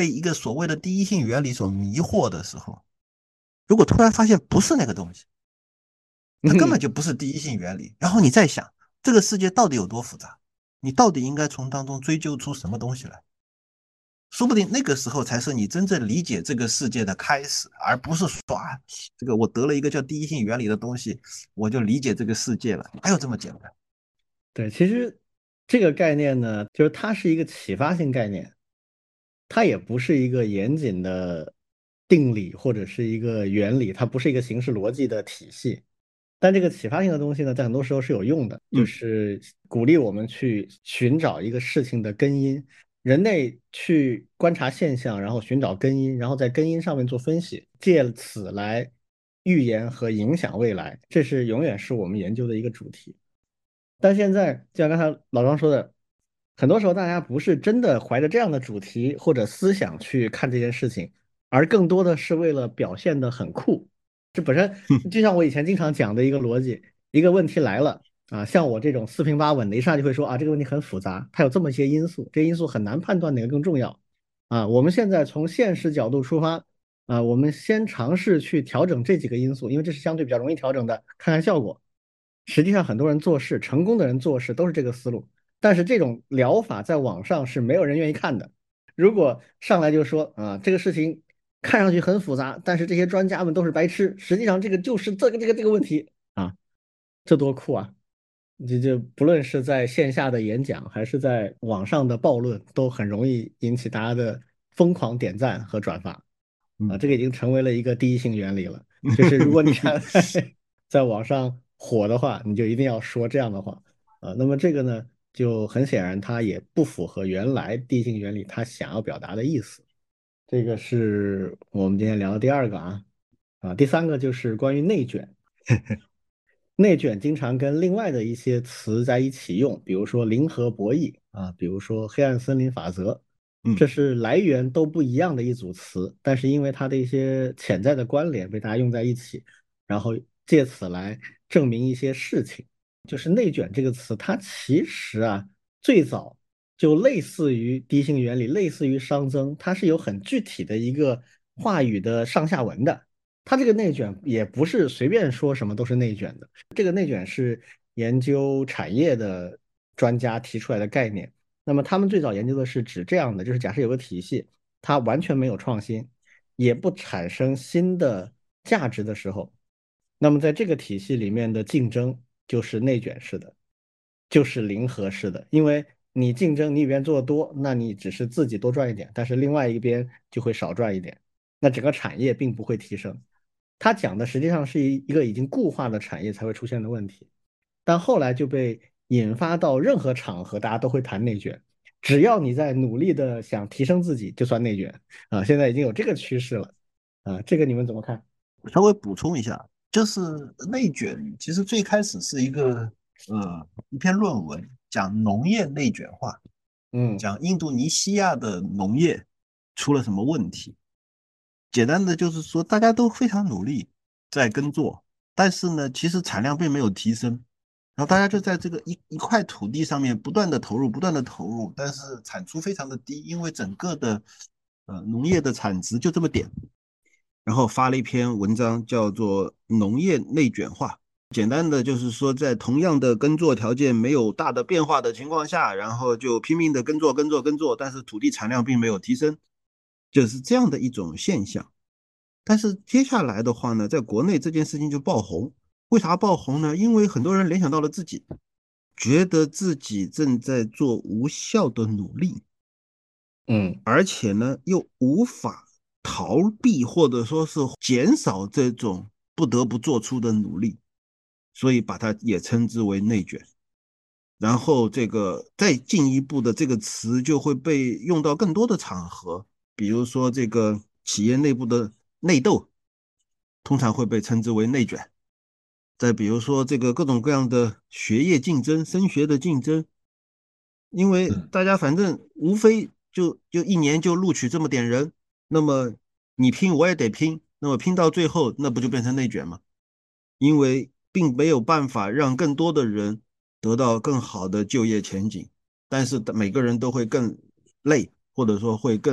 被一个所谓的第一性原理所迷惑的时候，如果突然发现不是那个东西，它根本就不是第一性原理，然后你再想这个世界到底有多复杂，你到底应该从当中追究出什么东西来？说不定那个时候才是你真正理解这个世界的开始，而不是说啊，这个我得了一个叫第一性原理的东西，我就理解这个世界了，哪有这么简单？ 对，其实这个概念呢，就是它是一个启发性概念，它也不是一个严谨的定理或者是一个原理，它不是一个形式逻辑的体系。但这个启发性的东西呢，在很多时候是有用的，就是鼓励我们去寻找一个事情的根因。人类去观察现象，然后寻找根因，然后在根因上面做分析，借此来预言和影响未来，这是永远是我们研究的一个主题。但现在就像刚才老张说的，很多时候大家不是真的怀着这样的主题或者思想去看这件事情，而更多的是为了表现得很酷。这本身就像我以前经常讲的一个逻辑，一个问题来了啊，像我这种四平八稳的，一上来就会说啊，这个问题很复杂，它有这么一些因素，这些因素很难判断哪个更重要啊。我们现在从现实角度出发啊，我们先尝试去调整这几个因素，因为这是相对比较容易调整的，看看效果。实际上，很多人做事，成功的人做事都是这个思路，但是这种疗法在网上是没有人愿意看的。如果上来就说啊，这个事情看上去很复杂，但是这些专家们都是白痴，实际上这个就是这个问题啊，这多酷啊！这不论是在线下的演讲，还是在网上的暴论，都很容易引起大家的疯狂点赞和转发啊，这个已经成为了一个第一性原理了。就是如果你想在网上火的话，你就一定要说这样的话啊。那么这个呢，就很显然它也不符合原来第一性原理它想要表达的意思。这个是我们今天聊的第二个第三个就是关于内卷。内卷经常跟另外的一些词在一起用，比如说零和博弈啊，比如说黑暗森林法则，这是来源都不一样的一组词，但是因为它的一些潜在的关联被大家用在一起，然后借此来证明一些事情。就是内卷这个词，它其实最早就类似于低性原理，类似于熵增，它是有很具体的一个话语的上下文的。它这个内卷也不是随便说什么都是内卷的。这个内卷是研究产业的专家提出来的概念。那么他们最早研究的是指这样的，就是假设有个体系，它完全没有创新，也不产生新的价值的时候，那么在这个体系里面的竞争就是内卷式的，就是零和式的。因为你竞争，你一边做的多，那你只是自己多赚一点，但是另外一边就会少赚一点，那整个产业并不会提升。他讲的实际上是一个已经固化的产业才会出现的问题，但后来就被引发到任何场合，大家都会谈内卷。只要你在努力的想提升自己，就算内卷啊。现在已经有这个趋势了啊，这个你们怎么看？ 稍微补充一下，就是内卷其实最开始是一篇论文，讲农业内卷化， 嗯讲印度尼西亚的农业出了什么问题。简单的就是说，大家都非常努力在耕作，但是呢，其实产量并没有提升。然后大家就在这个一块土地上面不断的投入，不断的投入，但是产出非常的低，因为整个的农业的产值就这么点。然后发了一篇文章，叫做《农业内卷化》。简单的就是说，在同样的耕作条件没有大的变化的情况下，然后就拼命的耕作，但是土地产量并没有提升，就是这样的一种现象。但是接下来的话呢，在国内这件事情就爆红。为啥爆红呢？因为很多人联想到了自己，觉得自己正在做无效的努力， 嗯而且呢又无法逃避或者说是减少这种不得不做出的努力，所以把它也称之为内卷。然后这个再进一步的这个词就会被用到更多的场合，比如说这个企业内部的内斗，通常会被称之为内卷。再比如说这个各种各样的学业竞争、升学的竞争，因为大家反正无非就一年就录取这么点人，那么你拼我也得拼，那么拼到最后那不就变成内卷吗？因为并没有办法让更多的人得到更好的就业前景，但是每个人都会更累，或者说会更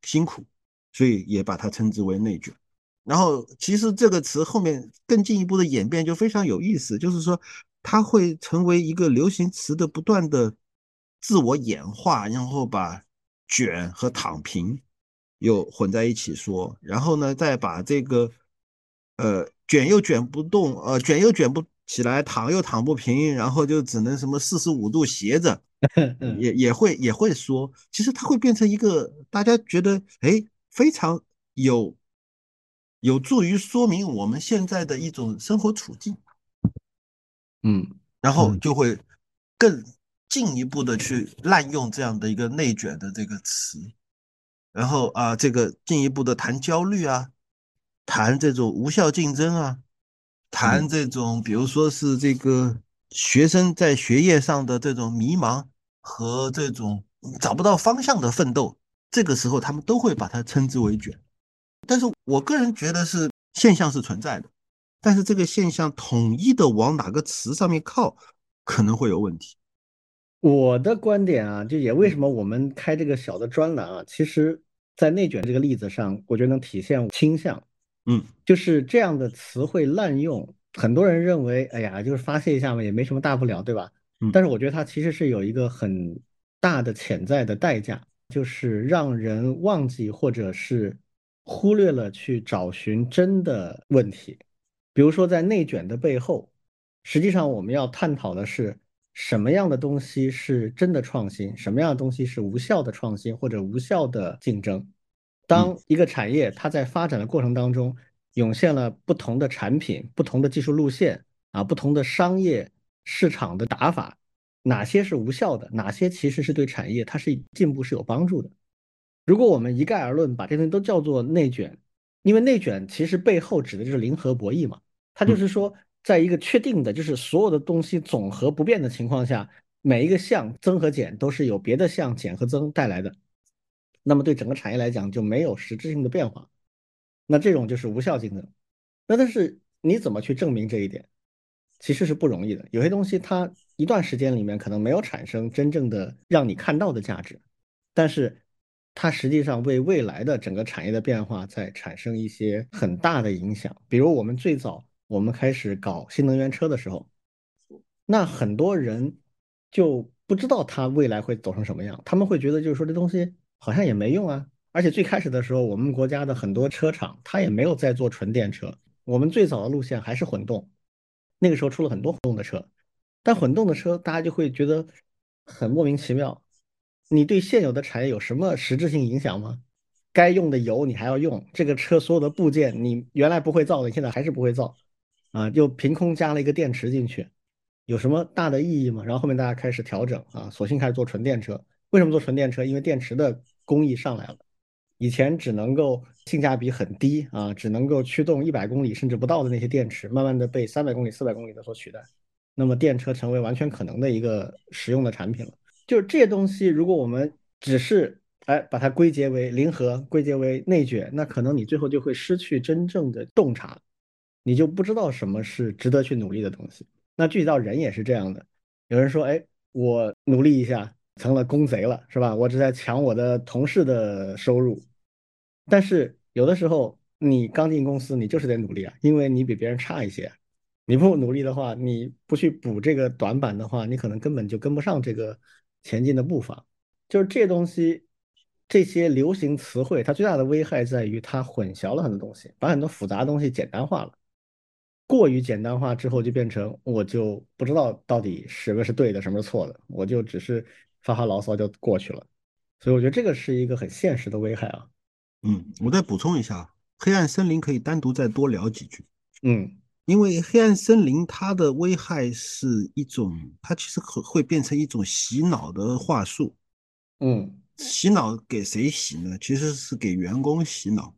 辛苦，所以也把它称之为内卷。然后其实这个词后面更进一步的演变就非常有意思，就是说它会成为一个流行词的不断的自我演化，然后把卷和躺平又混在一起说，然后呢再把这个卷又卷不动，卷又卷不起来，躺又躺不平，然后就只能什么45度斜着， 嗯也会说，其实它会变成一个大家觉得非常有助于说明我们现在的一种生活处境， 嗯然后就会更进一步的去滥用这样的一个内卷的这个词，然后这个进一步的谈焦虑啊，谈这种无效竞争啊，谈嗯这种比如说是这个学生在学业上的这种迷茫和这种找不到方向的奋斗，这个时候他们都会把它称之为卷。我个人觉得是现象是存在的，但是这个现象统一的往哪个词上面靠，可能会有问题。 我的观点啊，就也为嗯什么我们开这个小的专栏啊，其实，在内卷这个例子上，我觉得能体现倾向， 嗯就是这样的词汇滥用，很多人认为，哎呀，就是发泄一下嘛，也没什么大不了，对吧？ 嗯但是我觉得它其实是有一个很大的潜在的代价，就是让人忘记或者是忽略了去找寻真的问题。比如说，在内卷的背后，实际上我们要探讨的是什么样的东西是真的创新，什么样的东西是无效的创新或者无效的竞争。 嗯当一个产业它在发展的过程当中，涌现了不同的产品、不同的技术路线啊、不同的商业市场的打法，哪些是无效的，哪些其实是对产业它是进步是有帮助的。如果我们一概而论，把这东西都叫做内卷，因为内卷其实背后指的就是零和博弈嘛，它就嗯是说，在一个确定的，就是所有的东西总和不变的情况下，每一个项增和减都是由别的项减和增带来的，那么对整个产业来讲就没有实质性的变化，那这种就是无效竞争。那但是你怎么去证明这一点，其实是不容易的。有些东西它一段时间里面可能没有产生真正的让你看到的价值，但是它实际上为未来的整个产业的变化在产生一些很大的影响。比如我们最早我们开始搞新能源车的时候，那很多人就不知道它未来会走成什么样，他们会觉得就是说这东西好像也没用啊。而且最开始的时候，我们国家的很多车厂它也没有在做纯电车，我们最早的路线还是混动，那个时候出了很多混动的车，但混动的车大家就会觉得很莫名其妙，你对现有的产业有什么实质性影响吗？该用的油你还要用，这个车所有的部件你原来不会造的，你现在还是不会造，啊，就凭空加了一个电池进去，有什么大的意义吗？然后后面大家开始调整啊，索性开始做纯电车。为什么做纯电车？因为电池的工艺上来了，以前只能够性价比很低啊，只能够驱动100公里甚至不到的那些电池，慢慢的被300公里、400公里的所取代。那么电车成为完全可能的一个实用的产品了。就是这些东西，如果我们只是把它归结为零和，归结为内卷，那可能你最后就会失去真正的洞察，你就不知道什么是值得去努力的东西。那具体到人也是这样的，有人说，哎，我努力一下，成了公贼了，是吧？我只在抢我的同事的收入，但是有的时候你刚进公司，你就是得努力啊，因为你比别人差一些。你不努力的话，你不去补这个短板的话，你可能根本就跟不上这个前进的步伐。就是这些东西，这些流行词汇，它最大的危害在于它混淆了很多东西，把很多复杂的东西简单化了。过于简单化之后，就变成我就不知道到底什么是对的，什么是错的，我就只是发发牢骚就过去了。所以我觉得这个是一个很现实的危害啊。 我再补充一下，黑暗森林可以单独再多聊几句， 嗯因为黑暗森林它的危害是一种，它其实会变成一种洗脑的话术。 嗯洗脑给谁洗呢？其实是给员工洗脑。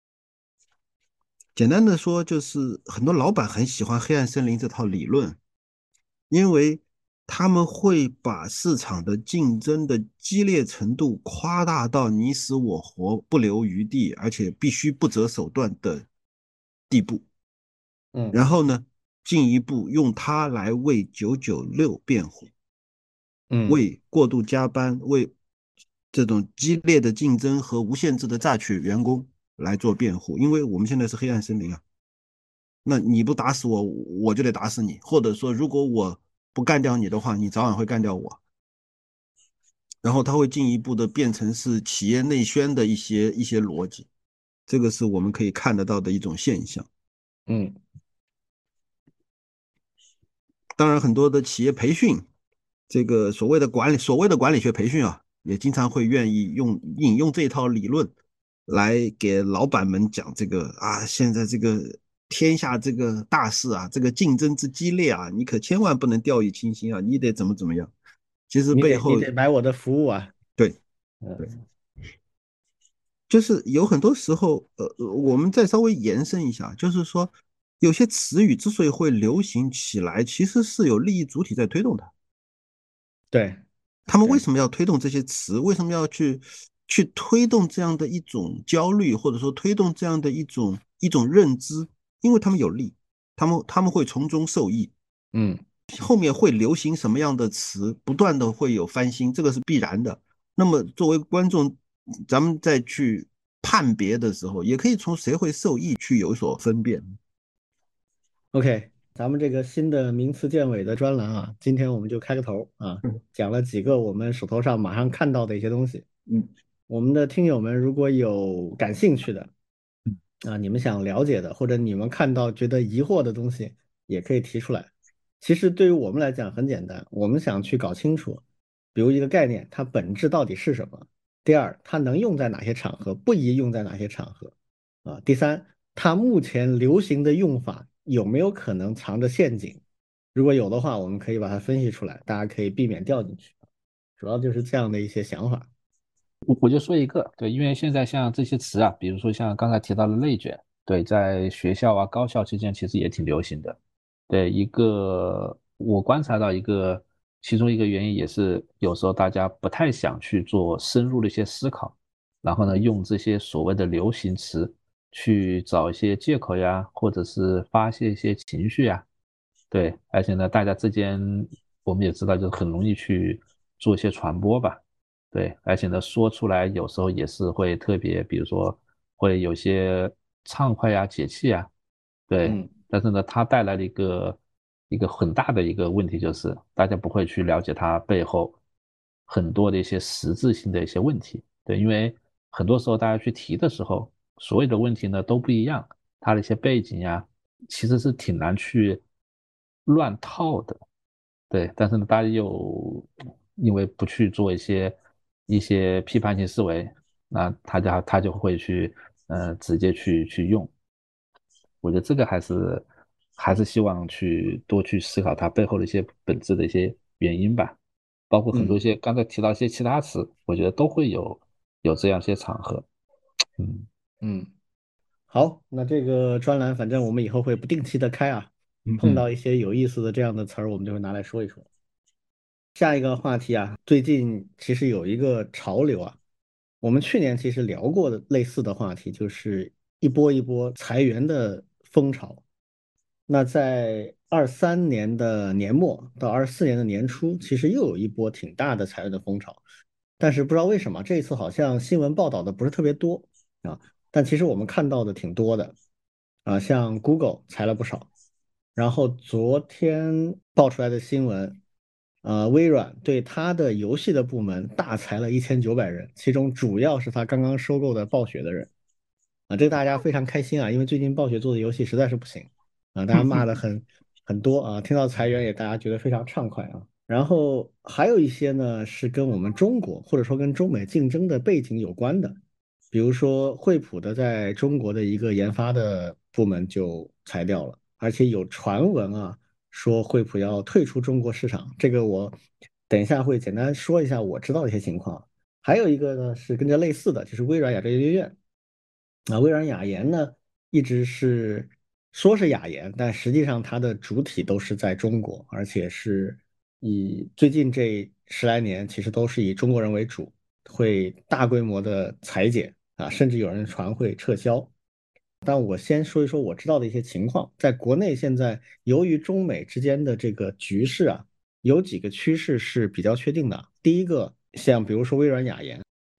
简单的说，就是很多老板很喜欢黑暗森林这套理论，因为他们会把市场的竞争的激烈程度夸大到你死我活、不留余地，而且必须不择手段的地步。 嗯然后呢，进一步用它来为996辩护， 嗯为过度加班、为这种激烈的竞争和无限制的榨取员工来做辩护，因为我们现在是黑暗森林啊。那你不打死我，我就得打死你，或者说，如果我不干掉你的话，你早晚会干掉我。然后它会进一步的变成是企业内宣的一些逻辑，这个是我们可以看得到的一种现象。 嗯， 当然，很多的企业培训，这个所谓的管理学培训啊，也经常会愿意引用这套理论来给老板们讲这个啊，现在这个天下这个大势啊，这个竞争之激烈啊，你可千万不能掉以轻心啊，你得怎么怎么样。其实你背后得买我的服务啊。 对对， 嗯就是有很多时候，我们再稍微延伸一下，就是说，有些词语之所以会流行起来，其实是有利益主体在推动它。 对他们为对， 什么要推动这些词？为什么要去推动这样的一种焦虑，或者说推动这样的一种认知？因为他们有利，他们会从中受益。 嗯。 后面会流行什么样的词，不断的会有翻新，这个是必然的。那么作为观众，咱们再去判别的时候，也可以从谁会受益去有所分辨。 OK，咱们这个新的名词见尾的专栏啊，今天我们就开个头啊， 嗯讲了几个我们手头上马上看到的一些东西。 嗯我们的听友们如果有感兴趣的啊，你们想了解的，或者你们看到觉得疑惑的东西，也可以提出来。其实对于我们来讲很简单，我们想去搞清楚，比如一个概念，它本质到底是什么？第二，它能用在哪些场合，不宜用在哪些场合？啊，第三，它目前流行的用法有没有可能藏着陷阱？如果有的话，我们可以把它分析出来，大家可以避免掉进去。主要就是这样的一些想法。 我就说一个，对，因为现在像这些词啊，比如说像刚才提到的内卷，对，在学校啊、高校之间其实也挺流行的。对，一个我观察到一个，其中一个原因也是有时候大家不太想去做深入的一些思考，然后呢，用这些所谓的流行词去找一些借口呀，或者是发泄一些情绪呀。对，而且呢，大家之间我们也知道，就是很容易去做一些传播吧。对，而且呢，说出来有时候也是会特别，比如说会有些畅快呀、解气呀，对。 嗯但是呢，它带来了一个很大的一个问题，就是大家不会去了解它背后很多的一些实质性的一些问题。对，因为很多时候大家去提的时候，所有的问题呢都不一样，它的一些背景呀，其实是挺难去乱套的。对，但是呢，大家又因为不去做一些批判性思维，那他就会去直接去用。我觉得这个还是希望去多去思考它背后的一些本质的一些原因吧，包括很多一嗯些刚才提到一些其他词，我觉得都会有这样一些场合。嗯嗯。好，那这个专栏反正我们以后会不定期的开啊，碰嗯到一些有意思的这样的词儿，我们就会拿来说一说。下一个话题啊，最近其实有一个潮流啊，我们去年其实聊过的类似的话题，就是一波一波裁员的风潮。那在23年的年末到24年的年初，其实又有一波挺大的裁员的风潮，但是不知道为什么这一次好像新闻报道的不是特别多啊，但其实我们看到的挺多的啊，像 Google 裁了不少，然后昨天爆出来的新闻。微软对它的游戏的部门大裁了1900人，其中主要是它刚刚收购的暴雪的人啊，这个大家非常开心啊，因为最近暴雪做的游戏实在是不行啊，大家骂的很多啊，听到裁员也大家觉得非常畅快啊。然后还有一些呢是跟我们中国或者说跟中美竞争的背景有关的，比如说惠普的在中国的一个研发的部门就裁掉了，而且有传闻啊。说惠普要退出中国市场，这个我等一下会简单说一下我知道的一些情况。还有一个呢是跟这类似的，就是微软雅哲研究院啊，微软雅研呢一直是说是雅研，但实际上它的主体都是在中国，而且是以最近这10来年其实都是以中国人为主，会大规模的裁减啊，甚至有人传会撤销。但我先说一说我知道的一些情况，在国内现在由于中美之间的这个局势啊，有几个趋势是比较确定的。第一个，像比如说微软雅研。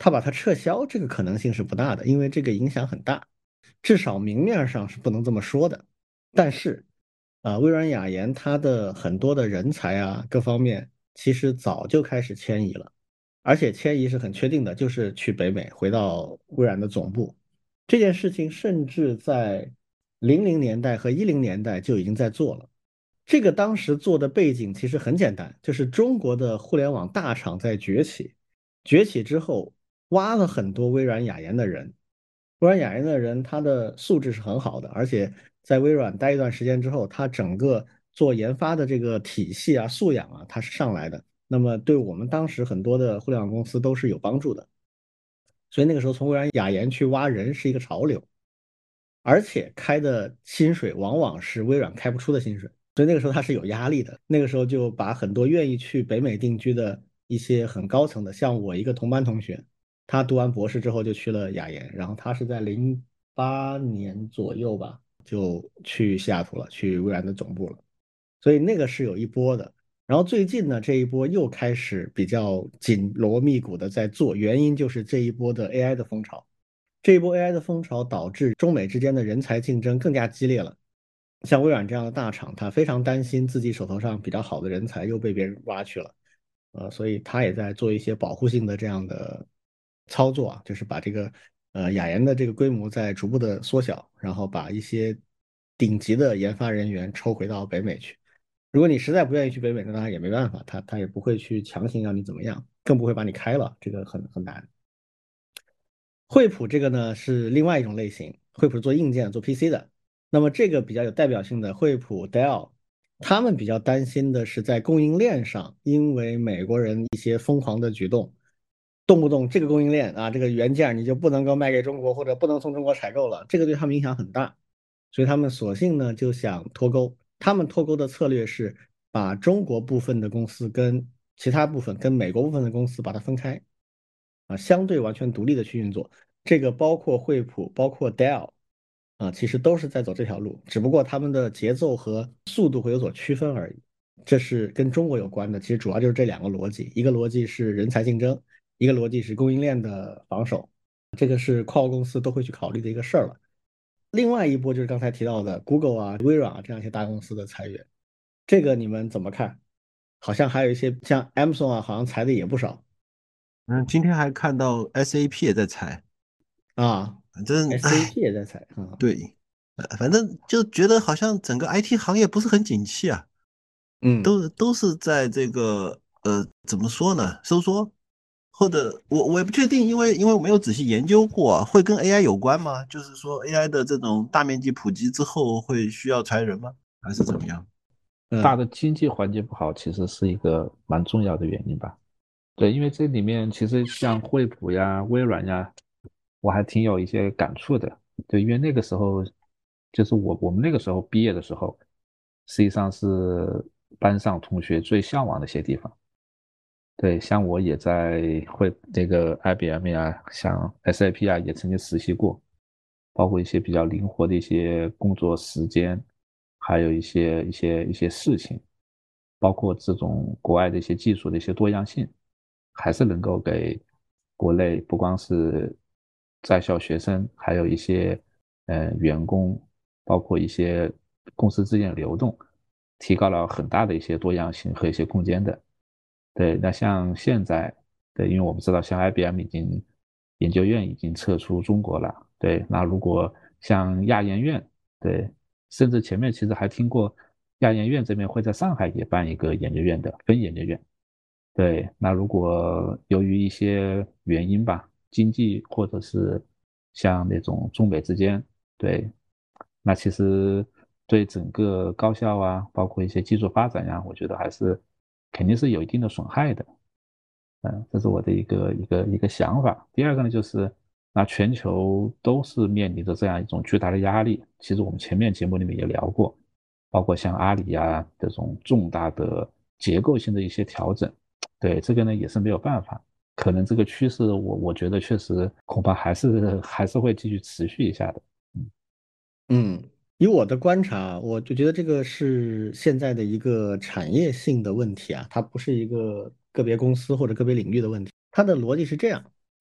他把它撤销，这个可能性是不大的，因为这个影响很大，至少明面上是不能这么说的。但是，微软雅言它的很多的人才啊，各方面其实早就开始迁移了，而且迁移是很确定的，就是去北美，回到微软的总部。这件事情甚至在00年代和10年代就已经在做了。这个当时做的背景其实很简单，就是中国的互联网大厂在崛起，崛起之后挖了很多微软雅言的人，微软雅言的人他的素质是很好的，而且在微软待一段时间之后，他整个做研发的这个体系啊、素养啊，他是上来的。那么对我们当时很多的互联网公司都是有帮助的，所以那个时候从微软雅言去挖人是一个潮流，而且开的薪水往往是微软开不出的薪水。所以那个时候他是有压力的，那个时候就把很多愿意去北美定居的一些很高层的，像我一个同班同学，他读完博士之后就去了雅研，然后他是在08年左右吧，就去西雅图了，去微软的总部了。所以那个是有一波的。然后最近呢，这一波又开始比较紧锣密鼓的在做，原因就是这一波的 AI 的风潮。这一波 AI 的风潮导致中美之间的人才竞争更加激烈了。像微软这样的大厂，他非常担心自己手头上比较好的人才又被别人挖去了，所以他也在做一些保护性的这样的操作啊，就是把这个雅研的这个规模在逐步的缩小，然后把一些顶级的研发人员抽回到北美去。如果你实在不愿意去北美，那当然也没办法，他也不会去强行让你怎么样，更不会把你开了，这个很难。惠普这个呢是另外一种类型，惠普是做硬件、做 PC 的。那么这个比较有代表性的惠普、Dell，他们比较担心的是在供应链上，因为美国人一些疯狂的举动，动不动这个供应链啊，这个元件你就不能够卖给中国，或者不能从中国采购了，这个对他们影响很大。所以他们索性呢就想脱钩。他们脱钩的策略是把中国部分的公司跟其他部分、跟美国部分的公司把它分开，相对完全独立的去运作。这个包括惠普，包括 Dell，其实都是在走这条路，只不过他们的节奏和速度会有所区分而已。这是跟中国有关的，其实主要就是这两个逻辑，一个逻辑是人才竞争，一个逻辑是供应链的防守，这个是跨国公司都会去考虑的一个事儿了。另外一波就是刚才提到的 Google 啊、微软啊这样一些大公司的裁员，这个你们怎么看？好像还有一些像 Amazon 啊，好像裁的也不少嗯，今天还看到 SAP 也在裁， 啊反正 ，SAP 也在裁啊， 对，反正就觉得好像整个 IT 行业不是很景气啊， 嗯。 都是在这个怎么说呢，收缩，或者我也不确定，因为我没有仔细研究过啊，会跟 AI 有关吗？就是说 AI 的这种大面积普及之后会需要裁人吗？还是怎么样？ 大嗯的经济环境不好，其实是一个蛮重要的原因吧。对，因为这里面其实像惠普呀、微软呀，我还挺有一些感触的。对，因为那个时候就是我们那个时候毕业的时候，实际上是班上同学最向往的一些地方。对，像我也在这个 IBM 呀，像 SAP 啊，也曾经实习过，包括一些比较灵活的一些工作时间，还有一些事情，包括这种国外的一些技术的一些多样性，还是能够给国内不光是在校学生，还有一些员工，包括一些公司之间的流动，提高了很大的一些多样性和一些空间的。对，那像现在，对，因为我们知道像 IBM 已经研究院已经撤出中国了，对，那如果像亚研院，对，甚至前面其实还听过亚研院这边会在上海也办一个研究院的分研究院，对，那如果由于一些原因吧，经济或者是像那种中美之间，对，那其实对整个高校啊，包括一些技术发展呀，我觉得还是肯定是有一定的损害的。这是我的一个想法。第二个呢，就是那全球都是面临着这样一种巨大的压力。其实我们前面节目里面也聊过，包括像阿里呀这种重大的结构性的一些调整。对，这个呢也是没有办法，可能这个趋势我觉得确实恐怕还是会继续持续一下的。 嗯，以我的观察，我就觉得这个是现在的一个产业性的问题啊，它不是一个个别公司或者个别领域的问题。它的逻辑是这样。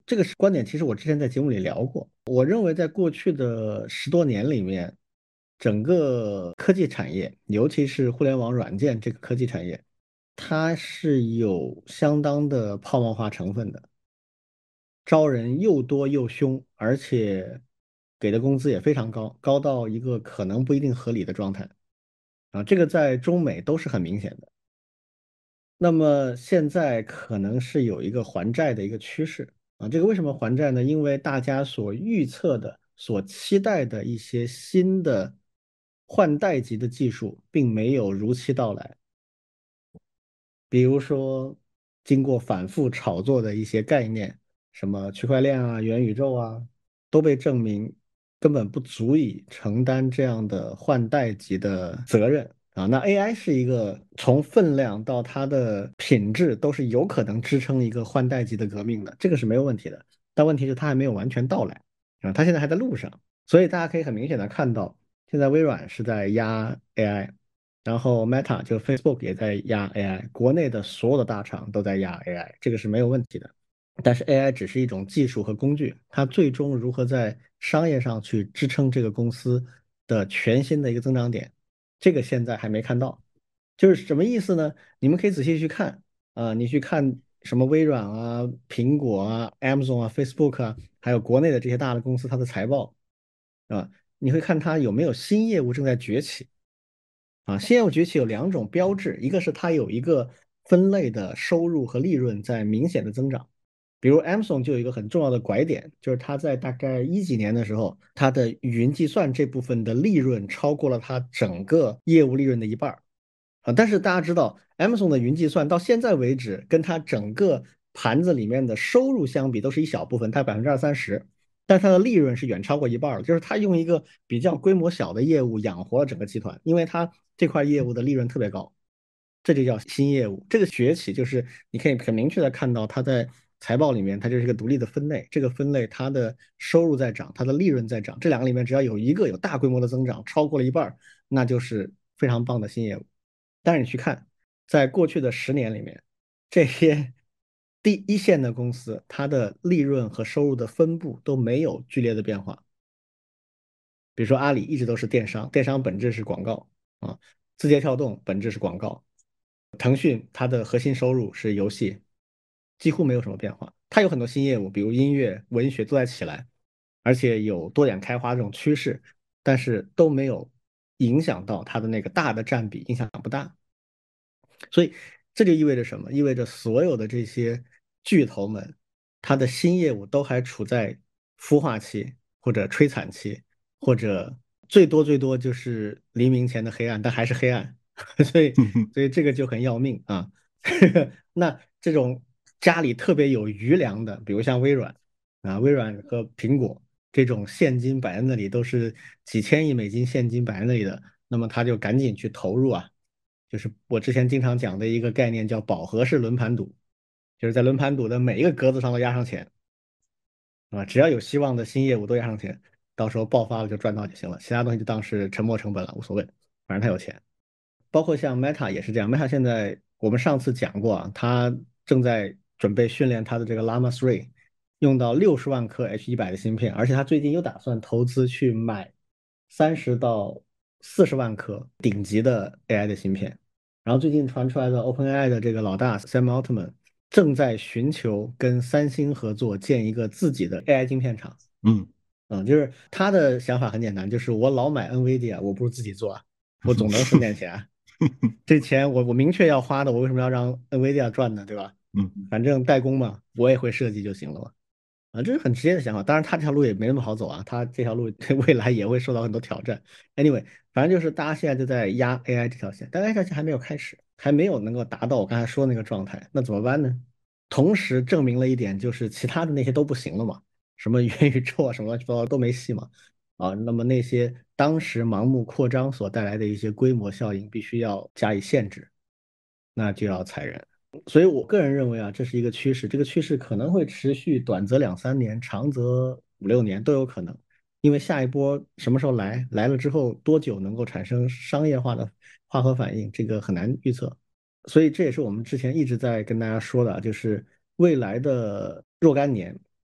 这个是观点，其实我之前在节目里聊过。我认为在过去的10多年里面，整个科技产业，尤其是互联网软件这个科技产业，它是有相当的泡沫化成分的，招人又多又凶，而且给的工资也非常高，高到一个可能不一定合理的状态啊，这个在中美都是很明显的。那么现在可能是有一个还债的一个趋势啊，这个为什么还债呢？因为大家所预测的、所期待的一些新的换代级的技术，并没有如期到来。比如说，经过反复炒作的一些概念，什么区块链啊、元宇宙啊，都被证明根本不足以承担这样的换代级的责任啊。那 AI 是一个从分量到它的品质都是有可能支撑一个换代级的革命的，这个是没有问题的。但问题是它还没有完全到来啊，它现在还在路上。所以大家可以很明显的看到，现在微软是在压 AI。然后 Meta 就 Facebook 也在压 AI，国内的所有的大厂都在压 AI，这个是没有问题的。但是 AI 只是一种技术和工具，它最终如何在商业上去支撑这个公司的全新的一个增长点，这个现在还没看到。就是什么意思呢？你们可以仔细去看啊，你去看什么微软啊、苹果啊、Amazon 啊、Facebook 啊，还有国内的这些大的公司，它的财报啊，你会看它有没有新业务正在崛起。啊，新业务崛起有两种标志，一个是它有一个分类的收入和利润在明显的增长，比如 Amazon 就有一个很重要的拐点，就是它在大概10几年的时候，它的云计算这部分的利润超过了它整个业务利润的一半儿啊。但是大家知道，Amazon 的云计算到现在为止，跟它整个盘子里面的收入相比，都是一小部分，它20%-30%。但它的利润是远超过一半了，就是它用一个比较规模小的业务养活了整个集团，因为它这块业务的利润特别高，这就叫新业务。这个崛起就是你可以很明确的看到它在财报里面，它就是一个独立的分类，这个分类它的收入在涨，它的利润在涨，这两个里面只要有一个有大规模的增长，超过了一半，那就是非常棒的新业务。但是你去看，在过去的10年里面，这些第一线的公司，它的利润和收入的分布都没有剧烈的变化。比如说阿里一直都是电商，电商本质是广告啊，字节跳动本质是广告，腾讯它的核心收入是游戏，几乎没有什么变化。它有很多新业务，比如音乐、文学都在起来，而且有多点开花这种趋势，但是都没有影响到它的那个大的占比，影响不大。所以这就意味着什么？意味着所有的这些巨头们，它的新业务都还处在孵化期或者摧残期，或者最多就是黎明前的黑暗，但还是黑暗。所以，所以这个就很要命啊。那这种家里特别有余粮的，比如像微软啊，微软和苹果这种现金摆在那里都是几千亿美金现金摆在那里的，那么他就赶紧去投入啊。就是我之前经常讲的一个概念叫饱和式轮盘赌，就是在轮盘赌的每一个格子上都压上钱，啊，只要有希望的新业务都压上钱，到时候爆发了就赚到就行了，其他东西就当是沉没成本了，无所谓，反正他有钱。包括像 Meta 也是这样，Meta 现在我们上次讲过啊，它正在准备训练它的这个 Llama 3，用到60万颗H100的芯片，而且它最近又打算投资去买30到40万颗顶级的 AI 的芯片。然后最近传出来的 OpenAI 的这个老大 Sam Altman 正在寻求跟三星合作建一个自己的 AI 晶片厂。 嗯就是他的想法很简单，就是我老买 NVIDIA，我不如自己做啊，我总能省点钱啊。这钱我明确要花的，我为什么要让 NVIDIA 赚呢？对吧？ 嗯反正代工嘛，我也会设计就行了嘛。啊，这是很直接的想法。当然，他这条路也没那么好走啊，他这条路未来也会受到很多挑战。Anyway，反正就是大家现在就在压 AI 这条线，但 AI 这条线还没有开始，还没有能够达到我刚才说的那个状态，那怎么办呢？同时证明了一点，就是其他的那些都不行了嘛，什么元宇宙啊，什么乱七八糟都没戏嘛。啊，那么那些当时盲目扩张所带来的一些规模效应，必须要加以限制，那就要裁人。所以我个人认为啊，这是一个趋势，这个趋势可能会持续，短则2、3年，长则5、6年都有可能。因为下一波什么时候来，来了之后多久能够产生商业化的化合反应，这个很难预测。所以这也是我们之前一直在跟大家说的啊，就是未来的若干年，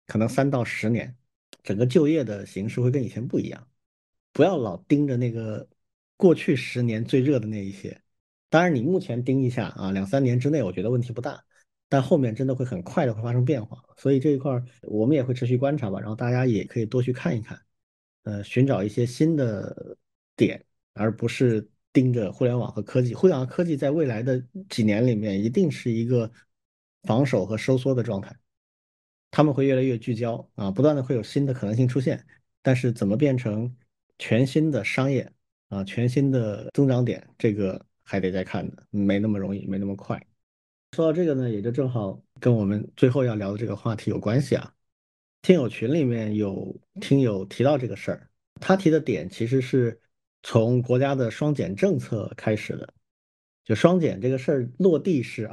可能3到10年，整个就业的形势会跟以前不一样。不要老盯着那个过去10年最热的那一些。当然，你目前盯一下啊，2、3年之内，我觉得问题不大，但后面真的会很快的会发生变化。所以这一块儿我们也会持续观察吧，然后大家也可以多去看一看，寻找一些新的点，而不是盯着互联网和科技。互联网和科技在未来的几年里面一定是一个防守和收缩的状态。他们会越来越聚焦啊，不断的会有新的可能性出现，但是怎么变成全新的商业啊，全新的增长点，这个还得再看的，没那么容易，没那么快。说到这个呢，也就正好跟我们最后要聊的这个话题有关系啊。听友群里面有听友提到这个事儿，他提的点其实是从国家的双减政策开始的，就双减这个事儿落地是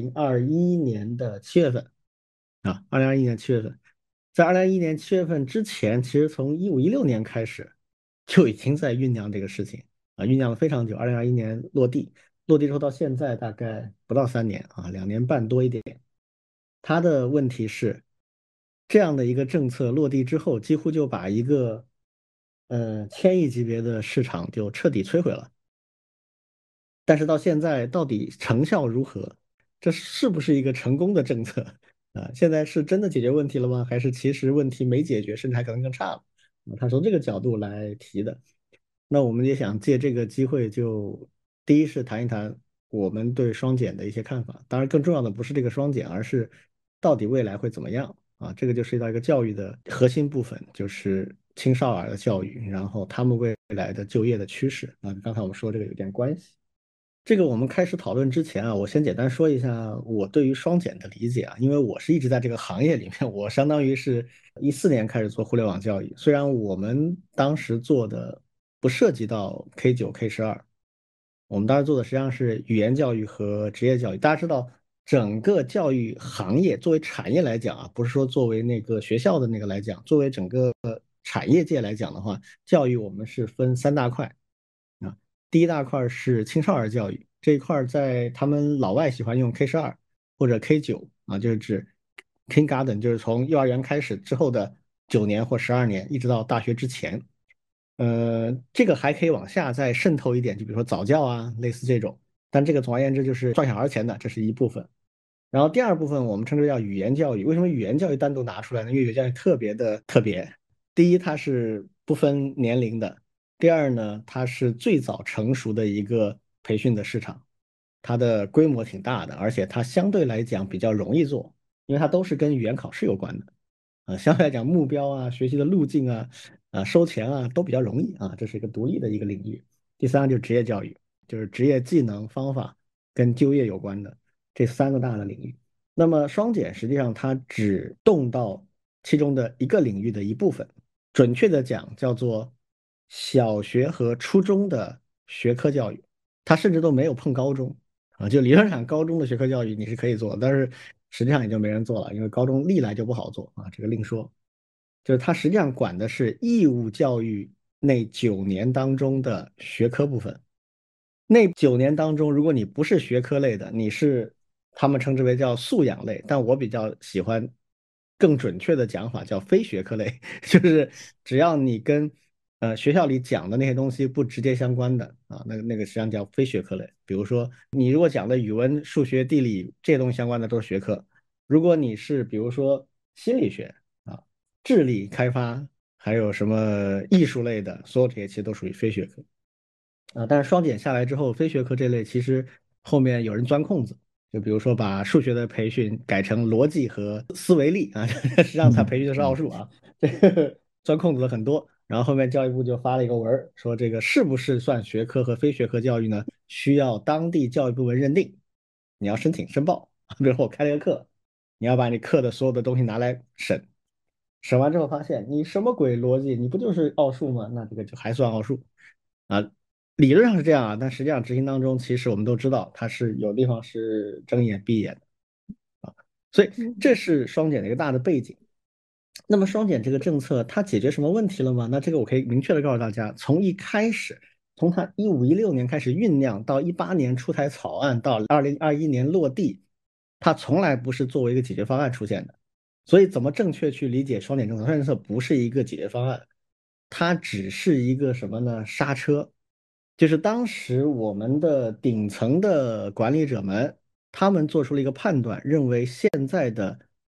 2021年7月份。2021年7月份，在2021年7月份之前，其实从15、16年开始就已经在酝酿这个事情啊，酝酿了非常久。2021年落地，落地之后到现在大概不到3年啊，2年半多一点。他的问题是，这样的一个政策落地之后，几乎就把一个1000亿级别的市场就彻底摧毁了。但是到现在到底成效如何？这是不是一个成功的政策啊？现在是真的解决问题了吗？还是其实问题没解决，甚至还可能更差了？他从这个角度来提的。那我们也想借这个机会就，第一是谈一谈我们对双减的一些看法。当然，更重要的不是这个双减，而是到底未来会怎么样啊？这个就涉及到一个教育的核心部分，就是青少儿的教育，然后他们未来的就业的趋势啊。刚才我们说这个有点关系。这个我们开始讨论之前啊，我先简单说一下我对于双减的理解啊，因为我是一直在这个行业里面，我相当于是14年开始做互联网教育，虽然我们当时做的不涉及到 K9、K12，我们当时做的实际上是语言教育和职业教育。大家知道，整个教育行业作为产业来讲啊，不是说作为那个学校的那个来讲，作为整个产业界来讲的话，教育我们是分3大块。啊。第一大块是青少儿教育，这一块在他们老外喜欢用 K12或者 K9啊，就是指 Kindergarten，就是从幼儿园开始之后的9年或12年，一直到大学之前。这个还可以往下再渗透一点，就比如说早教啊，类似这种。但这个总而言之就是赚小孩钱的，这是一部分。然后第二部分我们称之为叫语言教育。为什么语言教育单独拿出来呢？因为语言教育特别的特别。第一，它是不分年龄的。第二呢，它是最早成熟的一个培训的市场，它的规模挺大的，而且它相对来讲比较容易做，因为它都是跟语言考试有关的，相对来讲目标啊、学习的路径啊、收钱啊都比较容易啊，这是一个独立的一个领域。第三个就是职业教育，就是职业技能方法跟就业有关的这3个大的领域。那么双减实际上它只动到其中的一个领域的一部分，准确的讲叫做小学和初中的学科教育，它甚至都没有碰高中啊。就理论上高中的学科教育你是可以做的，但是实际上也就没人做了，因为高中历来就不好做啊，这个另说。就是它实际上管的是义务教育那9年当中的学科部分。那9年当中，如果你不是学科类的，你是他们称之为叫素养类，但我比较喜欢更准确的讲法叫非学科类，就是只要你跟学校里讲的那些东西不直接相关的啊，那个实际上叫非学科类。比如说你如果讲的语文、数学、地理这些东西相关的都是学科，如果你是比如说心理学啊、智力开发，还有什么艺术类的，所有这些其实都属于非学科。但是双减下来之后，非学科这类其实后面有人钻空子，就比如说把数学的培训改成逻辑和思维力啊，实际上他培训的是奥数啊，这个钻空子的很多。然后后面教育部就发了一个文儿，说这个是不是算学科和非学科教育呢？需要当地教育部门认定，你要申请申报。比如说我开了一个课，你要把你课的所有的东西拿来审，审完之后发现你什么鬼逻辑，你不就是奥数吗？那这个就还算奥数。啊，理论上是这样啊，但实际上执行当中，其实我们都知道它是有地方是睁眼闭眼的啊，所以这是双减的一个大的背景。那么双减这个政策它解决什么问题了吗？那这个我可以明确的告诉大家，从一开始，从它15、16年开始酝酿，到18年出台草案，到2021年落地，它从来不是作为一个解决方案出现的。 所以怎么正确去理解双减政策？双减政策不是一个解决方案，它只是一个什么呢？刹车。就是当时我们的顶层的管理者们，他们做出了一个判断，认为现在的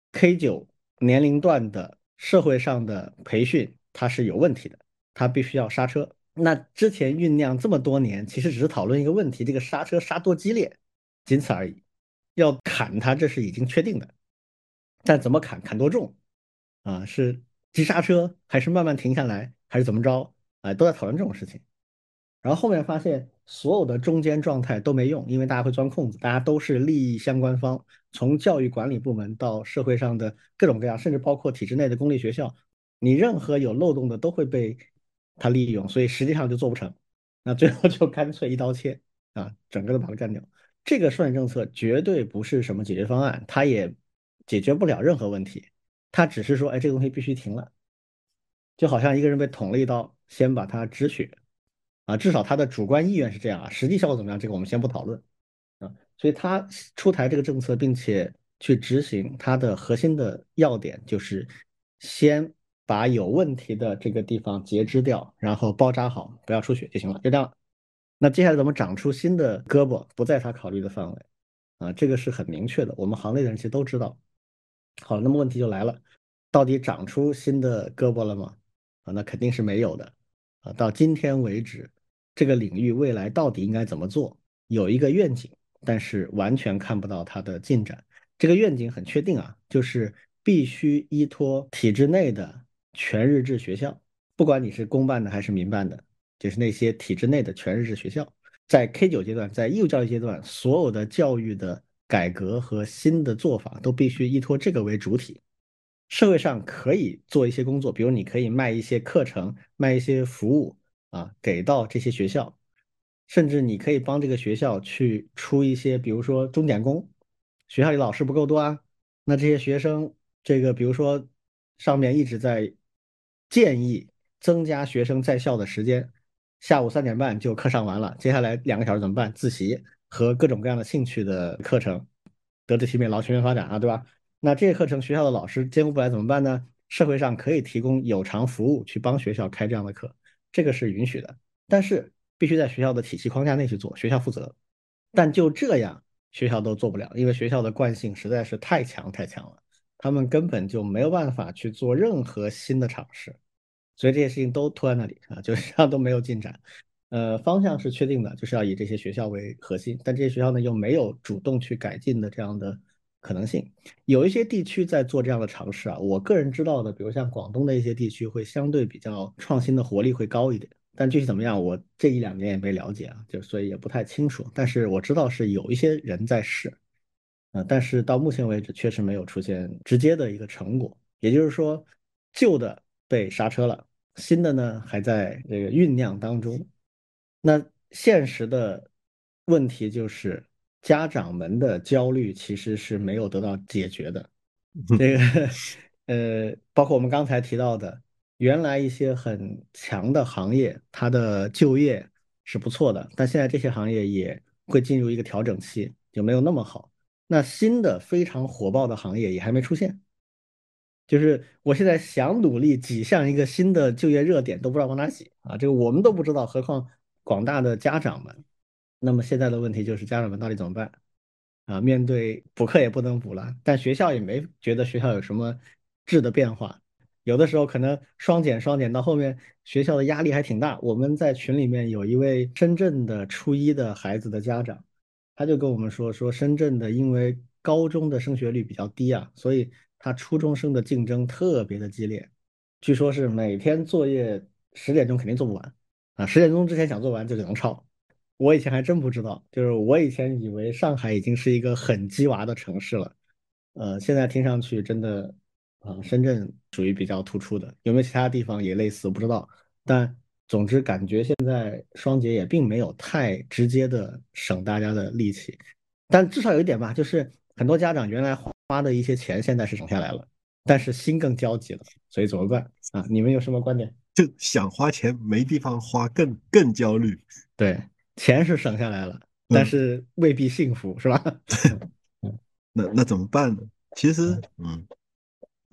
K9年龄段的社会上的培训它是有问题的，它必须要刹车。那之前酝酿这么多年，其实只是讨论一个问题，这个刹车刹多激烈，仅此而已。要砍它，这是已经确定的，但怎么砍，砍多重啊？是急刹车，还是慢慢停下来，还是怎么着？啊，都在讨论这种事情。然后后面发现所有的中间状态都没用，因为大家会钻空子，大家都是利益相关方，从教育管理部门到社会上的各种各样，甚至包括体制内的公立学校，你任何有漏洞的都会被他利用，所以实际上就做不成。那最后就干脆一刀切啊，整个都把它干掉。这个双减政策绝对不是什么解决方案，它也解决不了任何问题，它只是说，哎，这个东西必须停了，就好像一个人被捅了一刀，先把它止血。啊，至少他的主观意愿是这样啊，实际效果怎么样，这个我们先不讨论啊。所以他出台这个政策，并且去执行，它的核心的要点就是先把有问题的这个地方截肢掉，然后包扎好，不要出血就行了，就这样。那接下来怎么长出新的胳膊，不在他考虑的范围啊，这个是很明确的，我们行内的人其实都知道。好，那么问题就来了，到底长出新的胳膊了吗？啊，那肯定是没有的。啊，到今天为止，这个领域未来到底应该怎么做，有一个愿景，但是完全看不到它的进展。这个愿景很确定啊，就是必须依托体制内的全日制学校，不管你是公办的还是民办的，就是那些体制内的全日制学校，在 K9阶段，在义务教育阶段，所有的教育的改革和新的做法都必须依托这个为主体。社会上可以做一些工作，比如你可以卖一些课程，卖一些服务啊，给到这些学校，甚至你可以帮这个学校去出一些，比如说钟点工，学校里老师不够多啊，那这些学生，这个比如说上面一直在建议增加学生在校的时间，下午3点半就课上完了，接下来2个小时怎么办？自习和各种各样的兴趣的课程，德智体美劳全面发展啊，对吧？那这些课程学校的老师兼顾不来怎么办呢？社会上可以提供有偿服务去帮学校开这样的课，这个是允许的，但是必须在学校的体系框架内去做，学校负责。但就这样，学校都做不了，因为学校的惯性实在是太强太强了，他们根本就没有办法去做任何新的尝试，所以这些事情都拖在那里啊，就是这样都没有进展。方向是确定的，就是要以这些学校为核心，但这些学校呢又没有主动去改进的这样的可能性。有一些地区在做这样的尝试啊，我个人知道的，比如像广东的一些地区会相对比较创新的活力会高一点，但具体怎么样，我这1、2年也没了解啊，就所以也不太清楚。但是我知道是有一些人在试，但是到目前为止确实没有出现直接的一个成果，也就是说，旧的被刹车了，新的呢还在这个酝酿当中。那现实的问题就是家长们的焦虑其实是没有得到解决的。这个包括我们刚才提到的，原来一些很强的行业，它的就业是不错的，但现在这些行业也会进入一个调整期，就没有那么好。那新的非常火爆的行业也还没出现，就是我现在想努力挤向一个新的就业热点，都不知道往哪挤啊！这个我们都不知道，何况广大的家长们。那么现在的问题就是家长们到底怎么办啊？面对补课也不能补了，但学校也没觉得学校有什么质的变化，有的时候可能双减到后面学校的压力还挺大。我们在群里面有一位深圳的初一的孩子的家长，他就跟我们说深圳的因为高中的升学率比较低啊，所以他初中生的竞争特别的激烈，据说是每天作业10点钟肯定做不完啊，10点钟之前想做完就只能抄。我以前还真不知道，就是我以前以为上海已经是一个很鸡娃的城市了，现在听上去真的，深圳属于比较突出的，有没有其他地方也类似不知道，但总之感觉现在双节也并没有太直接的省大家的力气，但至少有一点吧，就是很多家长原来花的一些钱现在是省下来了，但是心更焦急了，所以怎么办啊？你们有什么观点？ 就想花钱没地方花，更焦虑。 对，钱是省下来了，但嗯， 是未必幸福，是吧？ 那怎么办呢？其实，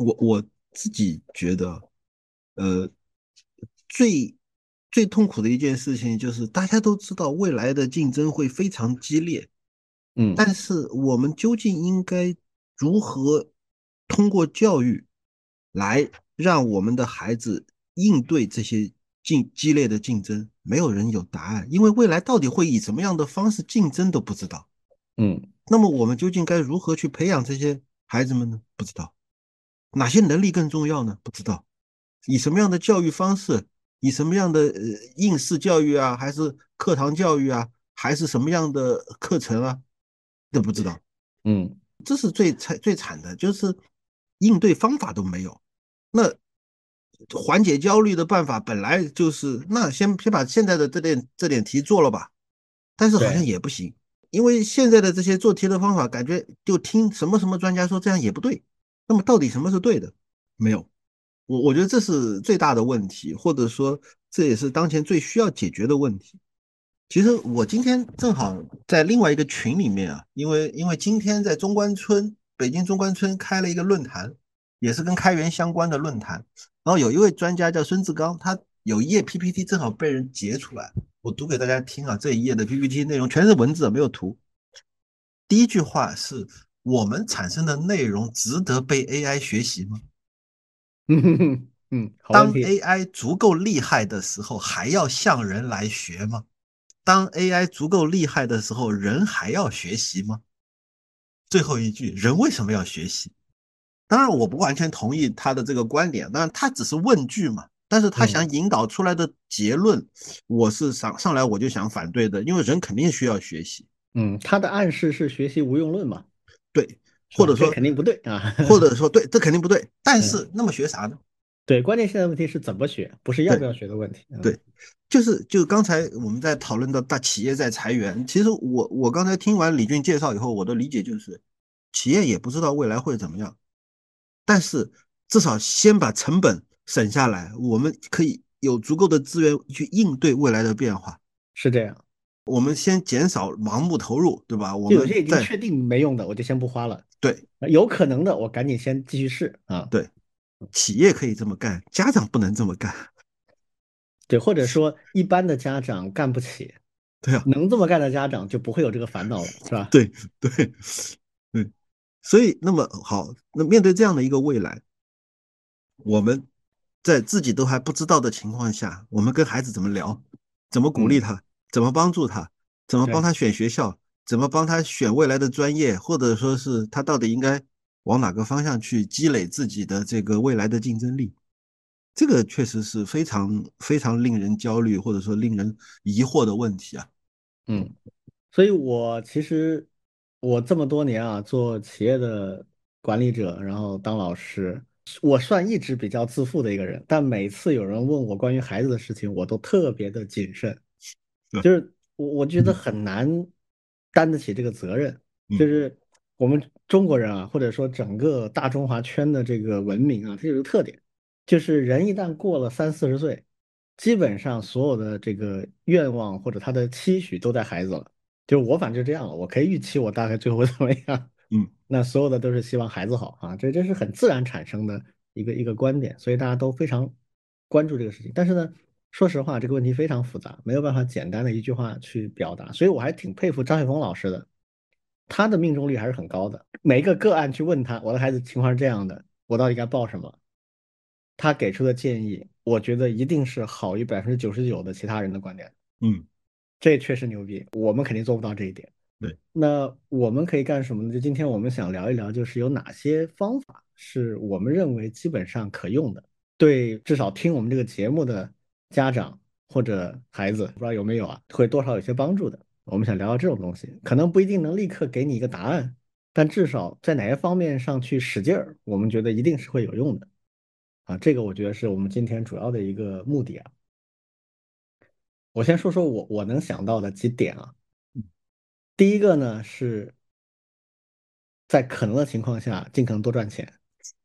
我自己觉得，呃，最最痛苦的一件事情就是大家都知道未来的竞争会非常激烈， 嗯但是我们究竟应该如何通过教育来让我们的孩子应对这些激烈的竞争？没有人有答案，因为未来到底会以什么样的方式竞争都不知道。 嗯， 那么我们究竟该如何去培养这些孩子们呢？不知道。哪些能力更重要呢？不知道。以什么样的教育方式，以什么样的应试教育啊，还是课堂教育啊，还是什么样的课程啊，都不知道。 嗯， 这是最惨的，就是应对方法都没有。那缓解焦虑的办法本来就是，那先把现在的这点题做了吧，但是好像对， 也不行，因为现在的这些做题的方法，感觉就听什么什么专家说这样也不对。那么到底什么是对的？没有。我觉得这是最大的问题，或者说这也是当前最需要解决的问题。其实我今天正好在另外一个群里面啊，因为今天在中关村，北京中关村开了一个论坛，也是跟开源相关的论坛。然后有一位专家叫孙志刚，他有一页 PPT 正好被人截出来，我读给大家听啊。这一页的 PPT 内容全是文字，没有图。第一句话是我们产生的内容值得被 AI 学习吗？ 嗯嗯，好问当题。 AI 足够厉害的时候，还要向人来学吗？当 AI 足够厉害的时候，人还要学习吗？最后一句，人为什么要学习？当然，我不完全同意他的这个观点，当然他只是问句嘛，但是他嗯想引导出来的结论，我是上来我就想反对的，因为人肯定需要学习， 嗯，他的暗示是学习无用论嘛， 对， 是吧？这或者说肯定不对啊。 或者说对，这肯定不对，但嗯， 是那么学啥呢？ 对，关键现在问题是怎么学，不是要不对， 要学的问题。嗯对，就刚才我们在讨论到大企业在裁员，其实我刚才听完李俊介绍以后，我的理解就是，企业也不知道未来会怎么样，但是至少先把成本省下来，我们可以有足够的资源去应对未来的变化。 是这样， 我们先减少盲目投入，对吧？我就有些已经们在确定没用的，我就先不花了。 对有可能的，我赶紧先继续试啊。 对，企业可以这么干，家长不能这么干。 对，或者说一般的家长干不起， 对啊， 能这么干的家长就不会有这个烦恼了，是吧？ 对对对，所以那么好，那面对这样的一个未来，我们在自己都还不知道的情况下，我们跟孩子怎么聊，怎么鼓励嗯， 他，怎么帮助他，怎么帮对， 他选学校，怎么帮他选未来的专业，或者说是他到底应该往哪个方向去积累自己的这个未来的竞争力，这个确实是非常非常令人焦虑或者说令人疑惑的问题啊。 嗯。所以我其实我这么多年啊，做企业的管理者，然后当老师，我算一直比较自负的一个人。但每次有人问我关于孩子的事情，我都特别的谨慎， 对， 就是我觉得很难担得起这个责任。就嗯是我们中国人啊，或者说整个大中华圈的这个文明啊，它有一个特点，就是人一旦过了30、40岁，基本上所有的这个愿望或者他的期许都在孩子了。就是我反正就这样了，我可以预期我大概最后怎么样。 嗯那所有的都是希望孩子好啊，这是很自然产生的一个观点，所以大家都非常关注这个事情。但是呢，说实话，这个问题非常复杂，没有办法简单的一句话去表达，所以我还挺佩服张雪峰老师的，他的命中率还是很高的。每一个个案去问他，我的孩子情况是这样的，我到底该报什么？他给出的建议，我觉得一定是好于99%的其他人的观点。 嗯， 这确实牛逼，我们肯定做不到这一点。 对， 那我们可以干什么呢？就今天我们想聊一聊，就是有哪些方法是我们认为基本上可用的，对至少听我们这个节目的家长或者孩子，不知道有没有啊，会多少有些帮助的。我们想聊聊这种东西，可能不一定能立刻给你一个答案，但至少在哪些方面上去使劲儿，我们觉得一定是会有用的啊。这个我觉得是我们今天主要的一个目的啊。我先说说我能想到的几点啊。第一个呢是在可能的情况下尽可能多赚钱。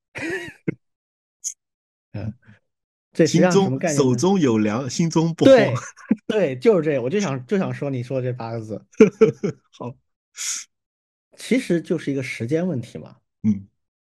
嗯，这实际上是什么概念呢？ 手中有粮，心中不慌。 对对，就是这，我就想说你说的这8个字， 好， 其实就是一个时间问题嘛。 嗯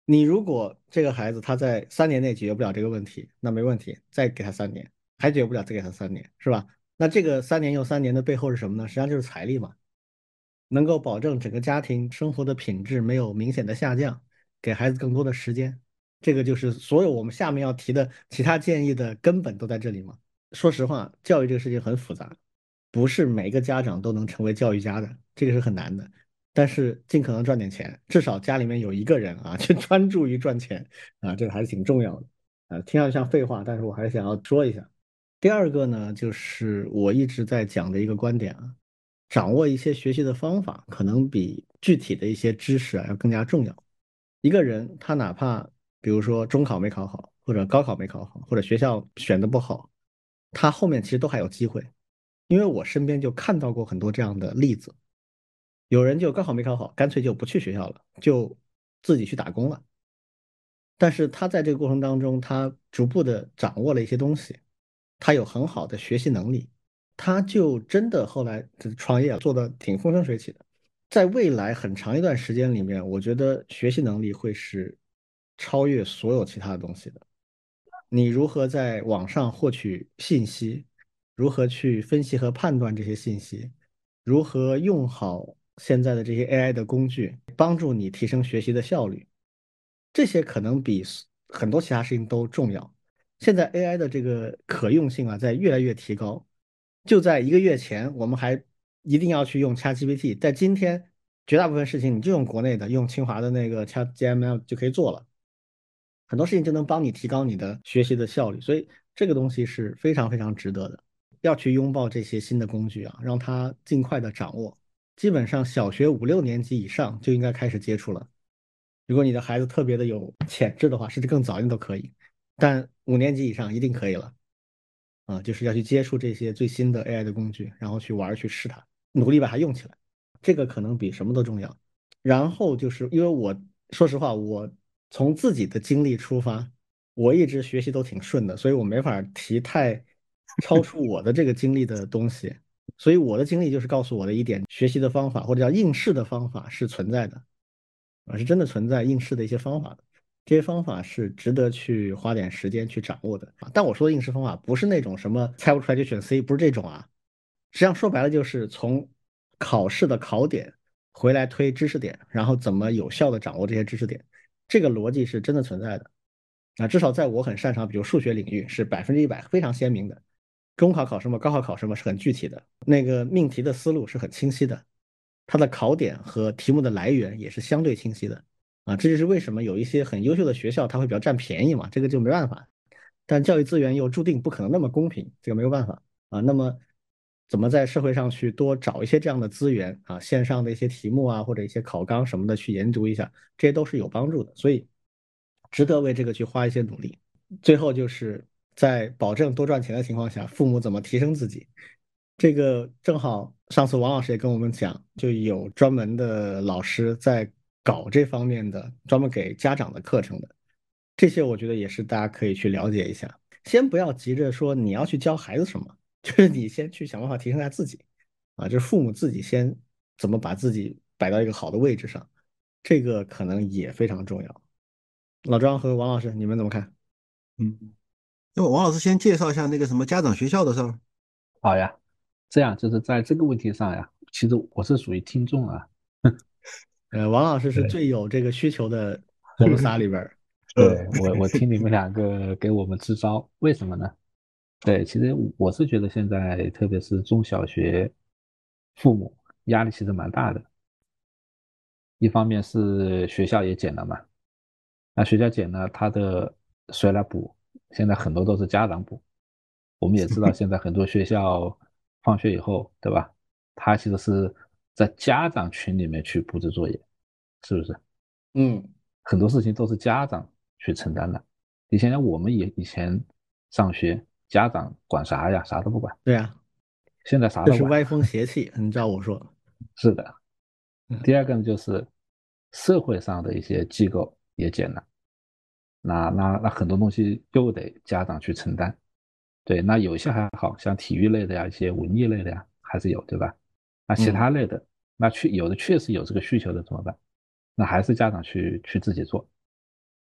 你如果这个孩子他在3年内解决不了这个问题，那没问题，再给他三年，还解决不了，再给他三年，是吧？那这个3年又3年的背后是什么呢？实际上就是财力嘛，能够保证整个家庭生活的品质没有明显的下降，给孩子更多的时间，这个就是所有我们下面要提的其他建议的根本都在这里嘛。说实话，教育这个事情很复杂，不是每个家长都能成为教育家的，这个是很难的。但是尽可能赚点钱，至少家里面有一个人啊，去专注于赚钱啊，这个还是挺重要的。听上去像废话，但是我还是想要说一下。第二个呢，就是我一直在讲的一个观点啊，掌握一些学习的方法，可能比具体的一些知识啊要更加重要。一个人他哪怕比如说中考没考好，或者高考没考好，或者学校选的不好，他后面其实都还有机会，因为我身边就看到过很多这样的例子。有人就高考没考好，干脆就不去学校了，就自己去打工了。但是他在这个过程当中，他逐步的掌握了一些东西，他有很好的学习能力，他就真的后来创业做的挺风生水起的。在未来很长一段时间里面，我觉得学习能力会是超越所有其他的东西的。你如何在网上获取信息，如何去分析和判断这些信息，如何用好现在的这些 AI 的工具，帮助你提升学习的效率，这些可能比很多其他事情都重要。现在 AI 的这个可用性啊，在越来越提高。就在1个月前，我们还一定要去用 ChatGPT，在今天，绝大部分事情你就用国内的，用清华的那个 ChatGML 就可以做了。很多事情就能帮你提高你的学习的效率，所以这个东西是非常非常值得的。要去拥抱这些新的工具啊，让它尽快的掌握。基本上小学5、6年级以上就应该开始接触了。如果你的孩子特别的有潜质的话，甚至更早一点都可以，但5年级以上一定可以了。就是要去接触这些最新的 AI 的工具，然后去玩去试它，努力把它用起来。这个可能比什么都重要。然后就是因为我说实话，我从自己的经历出发，我一直学习都挺顺的，所以我没法提太超出我的这个经历的东西。所以我的经历就是告诉我的一点，学习的方法或者叫应试的方法是存在的，是真的存在应试的一些方法的。这些方法是值得去花点时间去掌握的。但我说的应试方法不是那种什么猜不出来就选 C，不是这种啊。实际上说白了就是从考试的考点回来推知识点，然后怎么有效的掌握这些知识点，这个逻辑是真的存在的。至少在我很擅长，比如数学领域是100%非常鲜明的。中考考什么，高考考什么是很具体的，那个命题的思路是很清晰的，它的考点和题目的来源也是相对清晰的。这就是为什么有一些很优秀的学校它会比较占便宜嘛，这个就没办法。但教育资源又注定不可能那么公平，这个没有办法。那么怎么在社会上去多找一些这样的资源啊，线上的一些题目啊，或者一些考纲什么的去研读一下，这些都是有帮助的，所以值得为这个去花一些努力。最后就是在保证多赚钱的情况下，父母怎么提升自己？这个正好上次王老师也跟我们讲，就有专门的老师在搞这方面的，专门给家长的课程的。这些我觉得也是大家可以去了解一下。先不要急着说你要去教孩子什么，就是你先去想办法提升一下自己。就是父母自己先怎么把自己摆到一个好的位置上，这个可能也非常重要。老庄和王老师，你们怎么看？ 嗯，那么王老师先介绍一下那个什么家长学校的事儿。 好呀，这样就是在这个问题上呀，其实我是属于听众啊。 王老师是对， 最有这个需求的，我们仨里边儿。 对，我听你们两个给我们支招，为什么呢？对，其实我是觉得现在特别是中小学父母压力其实蛮大的，一方面是学校也减了嘛，那学校减了，他的谁来补？现在很多都是家长补。我们也知道，现在很多学校放学以后，对吧？他其实是在家长群里面去布置作业，是不是？ 嗯， 很多事情都是家长去承担的。我们也以前上学，家长管啥呀？啥都不管， 对呀， 现在啥这都管。 是歪风邪气，你照我说。 是的。 嗯第二个呢，就是社会上的一些机构也减了，那很多东西又得家长去承担。对，那有一些还好像体育类的呀，一些文艺类的呀，还是有，对吧？那其嗯他类的，那有的确实有这个需求的怎么办？那还是家长去自己做。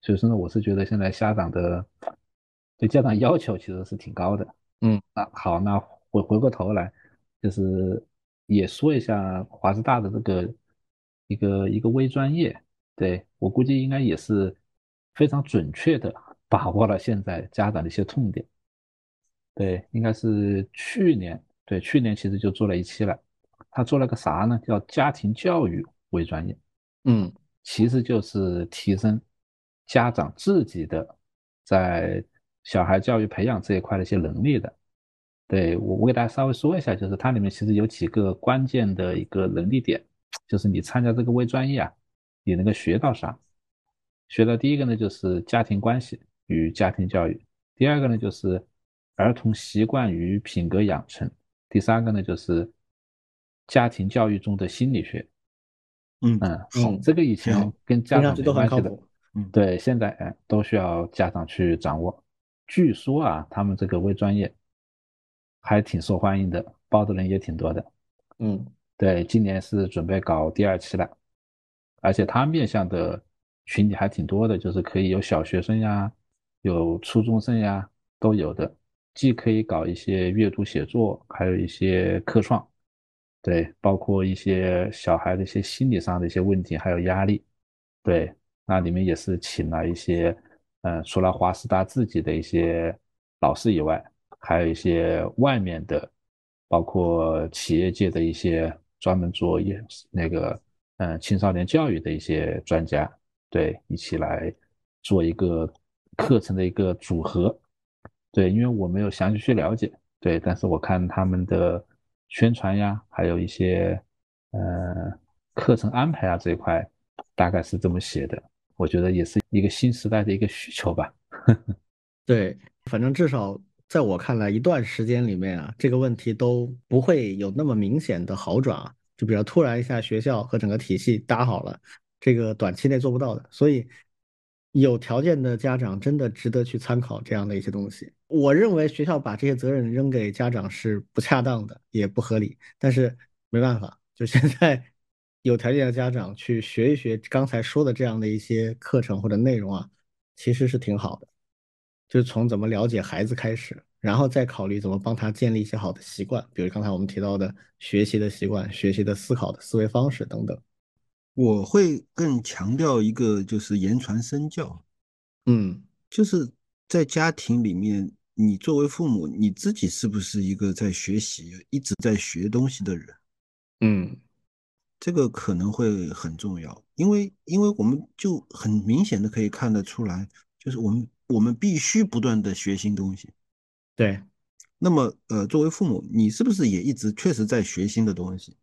所以说呢，我是觉得现在对家长要求其实是挺高的。 嗯好，那回过头来，就是也说一下华师大的这个一个微专业，对，我估计应该也是非常准确的把握了现在家长的一些痛点。对，应该是去年，对，去年其实就做了一期了。他做了个啥呢？叫家庭教育微专业。 嗯其实就是提升家长自己的在小孩教育培养这一块的一些能力的。对，我给大家稍微说一下，就是它里面其实有几个关键的一个能力点，就是你参加这个微专业啊，你能够学到啥？学到第一个呢，就是家庭关系与家庭教育；第二个呢，就是儿童习惯与品格养成；第三个呢，就是家庭教育中的心理学。 嗯，好， 嗯， 这个以挺好。 前跟家长听上去都很没关系的， 靠谱。 嗯， 对，现在都需要家长去掌握。据说啊，他们这个微专业还挺受欢迎的，报的人也挺多的。 嗯对，今年是准备搞第二期了，而且它面向的群体还挺多的，就是可以有小学生呀，有初中生呀，都有的。既可以搞一些阅读写作，还有一些科创，对，包括一些小孩的一些心理上的一些问题，还有压力。对，那里面也是请了一些，除了华师大自己的一些老师以外，还有一些外面的，包括企业界的一些专门做那个青少年教育的一些专家，对，一起来做一个课程的一个组合。对，因为我没有详细去了解，对，但是我看他们的宣传呀，还有一些课程安排啊这一块，大概是这么写的。我觉得也是一个新时代的一个需求吧。 对，反正至少在我看来，一段时间里面啊，这个问题都不会有那么明显的好转啊。就比如突然一下学校和整个体系搭好了，这个短期内做不到的。所以有条件的家长真的值得去参考这样的一些东西。我认为学校把这些责任扔给家长是不恰当的，也不合理。但是没办法，就现在有条件的家长去学一学刚才说的这样的一些课程或者内容啊，其实是挺好的。就是从怎么了解孩子开始，然后再考虑怎么帮他建立一些好的习惯，比如刚才我们提到的学习的习惯、学习的思考的思维方式等等。 我会更强调一个就是言传身教， 嗯就是在家庭里面，你作为父母，你自己是不是一个在学习、一直在学东西的人？ 嗯， 这个可能会很重要，因为我们就很明显的可以看得出来，就是我们必须不断的学新东西。 对， 那么作为父母，你是不是也一直确实在学新的东西？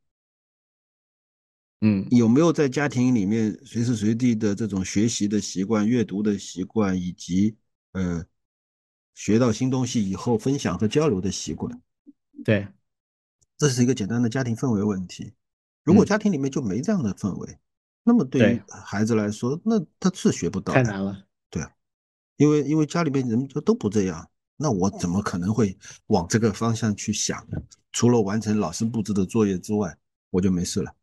嗯有没有在家庭里面随时随地的这种学习的习惯、阅读的习惯，以及呃学到新东西以后分享和交流的习惯？ 对， 这是一个简单的家庭氛围问题。如果嗯家庭里面就没这样的氛围，那么对对， 于孩子来说，那他是学不到的。 太难了。 对啊，因为家里面人都不这样，那我怎么可能会往这个方向去想呢？除了完成老师布置的作业之外，我就没事了。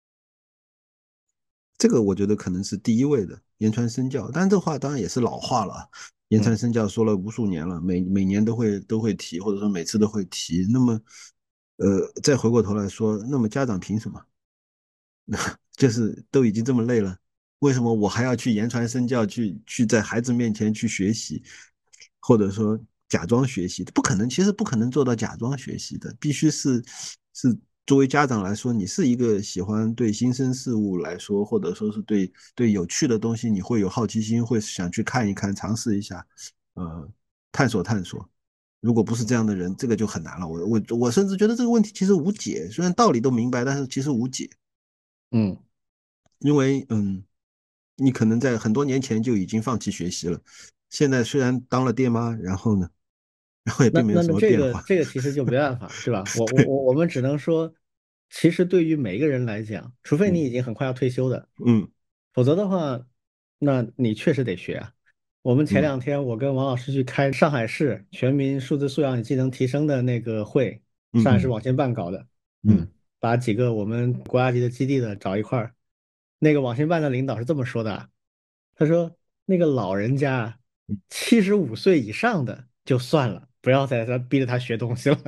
这个我觉得可能是第一位的言传身教，但这话当然也是老话了啊。言传嗯身教说了无数年了，每年都会提，或者说每次都会提。那么，再回过头来说，那么家长凭什么？就是都已经这么累了，为什么我还要去言传身教，去在孩子面前去学习，或者说假装学习？不可能，其实不可能做到假装学习的，必须是作为家长来说，你是一个喜欢对新生事物来说，或者说是对有趣的东西，你会有好奇心，会想去看一看，尝试一下，探索探索。如果不是这样的人，这个就很难了。我甚至觉得这个问题其实无解，虽然道理都明白，但是其实无解。 嗯， 因为你可能在很多年前就已经放弃学习了，现在虽然当了爹妈，然后呢，然后也那并没有什那那这么变化。 个这个其实就没办法，对吧？我们只能说，其实对于每一个人来讲，除非你嗯已经很快要退休的， 嗯否则的话，那你确实得学啊。我们前嗯两天我跟王老师去开上海市全民数字素养与技能提升的那个会，上海市嗯网信办搞的， 嗯把几个我们国家级的基地的找一块儿。那个网信办的领导是这么说的啊，他说那个老人家75岁以上的就算了，不要再逼着他学东西了。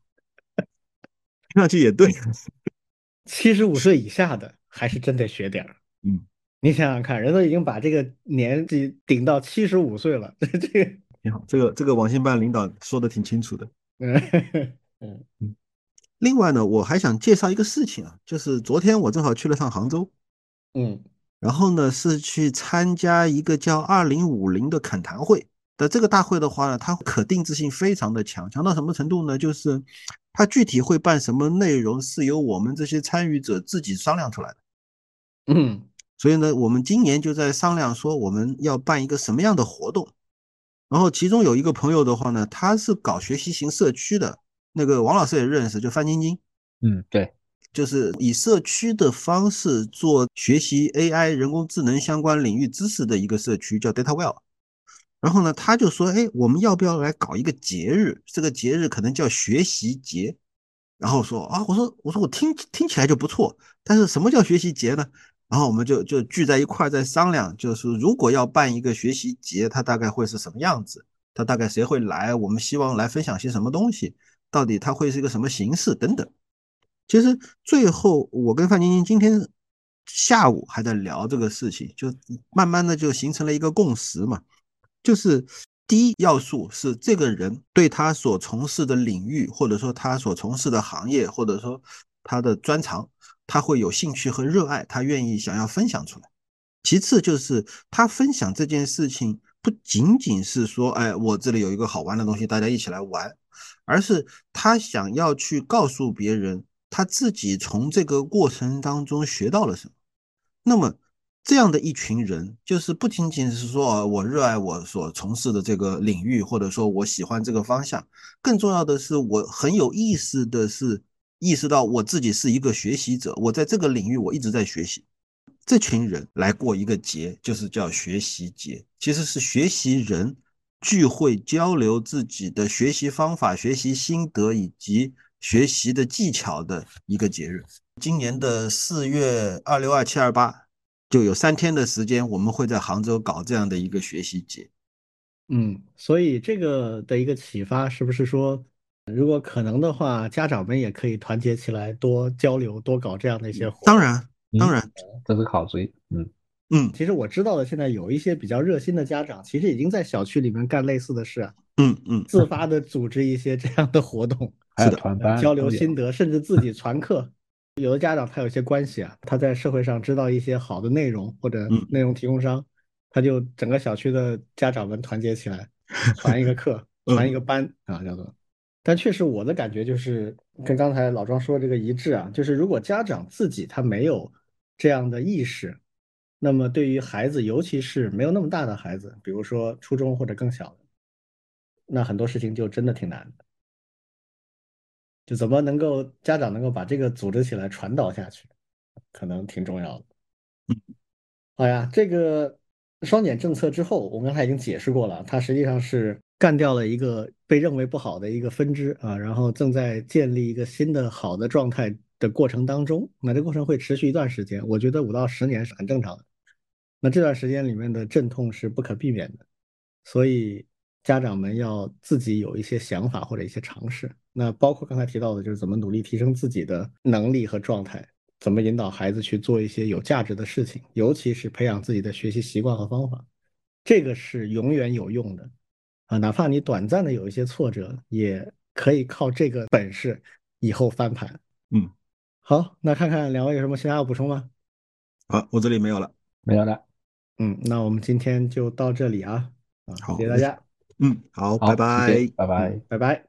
听上去也对。 75岁以下的还是真得学点儿。 嗯， 你想想看，人都已经把这个年纪顶到75岁了，这个， 挺好，这个网信办领导说的挺清楚的。 嗯嗯，另外呢，我还想介绍一个事情啊，就是昨天我正好去了趟杭州， 嗯然后呢是去参加一个叫2050的恳谈会。的这个大会的话呢，它可定制性非常的强，强到什么程度呢？就是它具体会办什么内容，是由我们这些参与者自己商量出来的。 嗯所以呢，我们今年就在商量说我们要办一个什么样的活动。然后其中有一个朋友的话呢，他是搞学习型社区的，那个王老师也认识，就范晶晶。 对， 就是以社区的方式做学习 AI 人工智能相关领域知识的一个社区，叫 DataWell。然后呢，他就说，哎，我们要不要来搞一个节日？这个节日可能叫学习节。然后说啊，我说我听起来就不错，但是什么叫学习节呢？然后我们就聚在一块在商量，就是如果要办一个学习节，它大概会是什么样子？它大概谁会来？我们希望来分享些什么东西？到底它会是一个什么形式等等。其实最后我跟范晶晶今天下午还在聊这个事情，就慢慢的就形成了一个共识嘛，就是第一要素是这个人对他所从事的领域，或者说他所从事的行业，或者说他的专长，他会有兴趣和热爱，他愿意想要分享出来。其次就是他分享这件事情，不仅仅是说，哎，我这里有一个好玩的东西，大家一起来玩，而是他想要去告诉别人，他自己从这个过程当中学到了什么。那么这样的一群人，就是不仅仅是说我热爱我所从事的这个领域，或者说我喜欢这个方向，更重要的是我很有意识的是意识到我自己是一个学习者，我在这个领域我一直在学习。这群人来过一个节，就是叫学习节，其实是学习人聚会交流自己的学习方法、学习心得以及学习的技巧的一个节日。今年的4月26、27、28，就有3天的时间，我们会在杭州搞这样的一个学习节。 所以这个的一个启发是不是说，如果可能的话，家长们也可以团结起来，多交流，多搞这样的一些活动。 当然，当嗯， 然。 这是个好主意。 嗯其实我知道的，现在有一些比较热心的家长，其实已经在小区里面干类似的事啊， 嗯， 自发的组织一些这样的活动， 还有是的。 团班交流都有。 心得，甚至自己传课。有的家长他有些关系啊，他在社会上知道一些好的内容或者嗯内容提供商，他就整个小区的家长们团结起来，传一个课，传一嗯个班啊，叫做。但确实我的感觉就是跟刚才老庄说这个一致啊，就是如果家长自己他没有这样的意识，那么对于孩子，尤其是没有那么大的孩子，比如说初中或者更小的，那很多事情就真的挺难的。就怎么能够家长能够把这个组织起来传导下去，可能挺重要的。好呀，这个双减政策之后，我们刚才已经解释过了，它实际上是干掉了一个被认为不好的一个分支啊，然后正在建立一个新的好的状态的过程当中。那这过程会持续一段时间，我觉得5到10年是很正常的。那这段时间里面的阵痛是不可避免的，所以家长们要自己有一些想法或者一些尝试。那包括刚才提到的，就是怎么努力提升自己的能力和状态，怎么引导孩子去做一些有价值的事情，尤其是培养自己的学习习惯和方法，这个是永远有用的啊！哪怕你短暂的有一些挫折，也可以靠这个本事以后翻盘。 嗯， 好，那看看两位有什么其他要补充吗？ 好，我这里没有了。 没有的。 那我们今天就到这里啊，谢好嘞。 谢大家， 好，拜好，谢谢， 拜。 拜拜。 拜拜。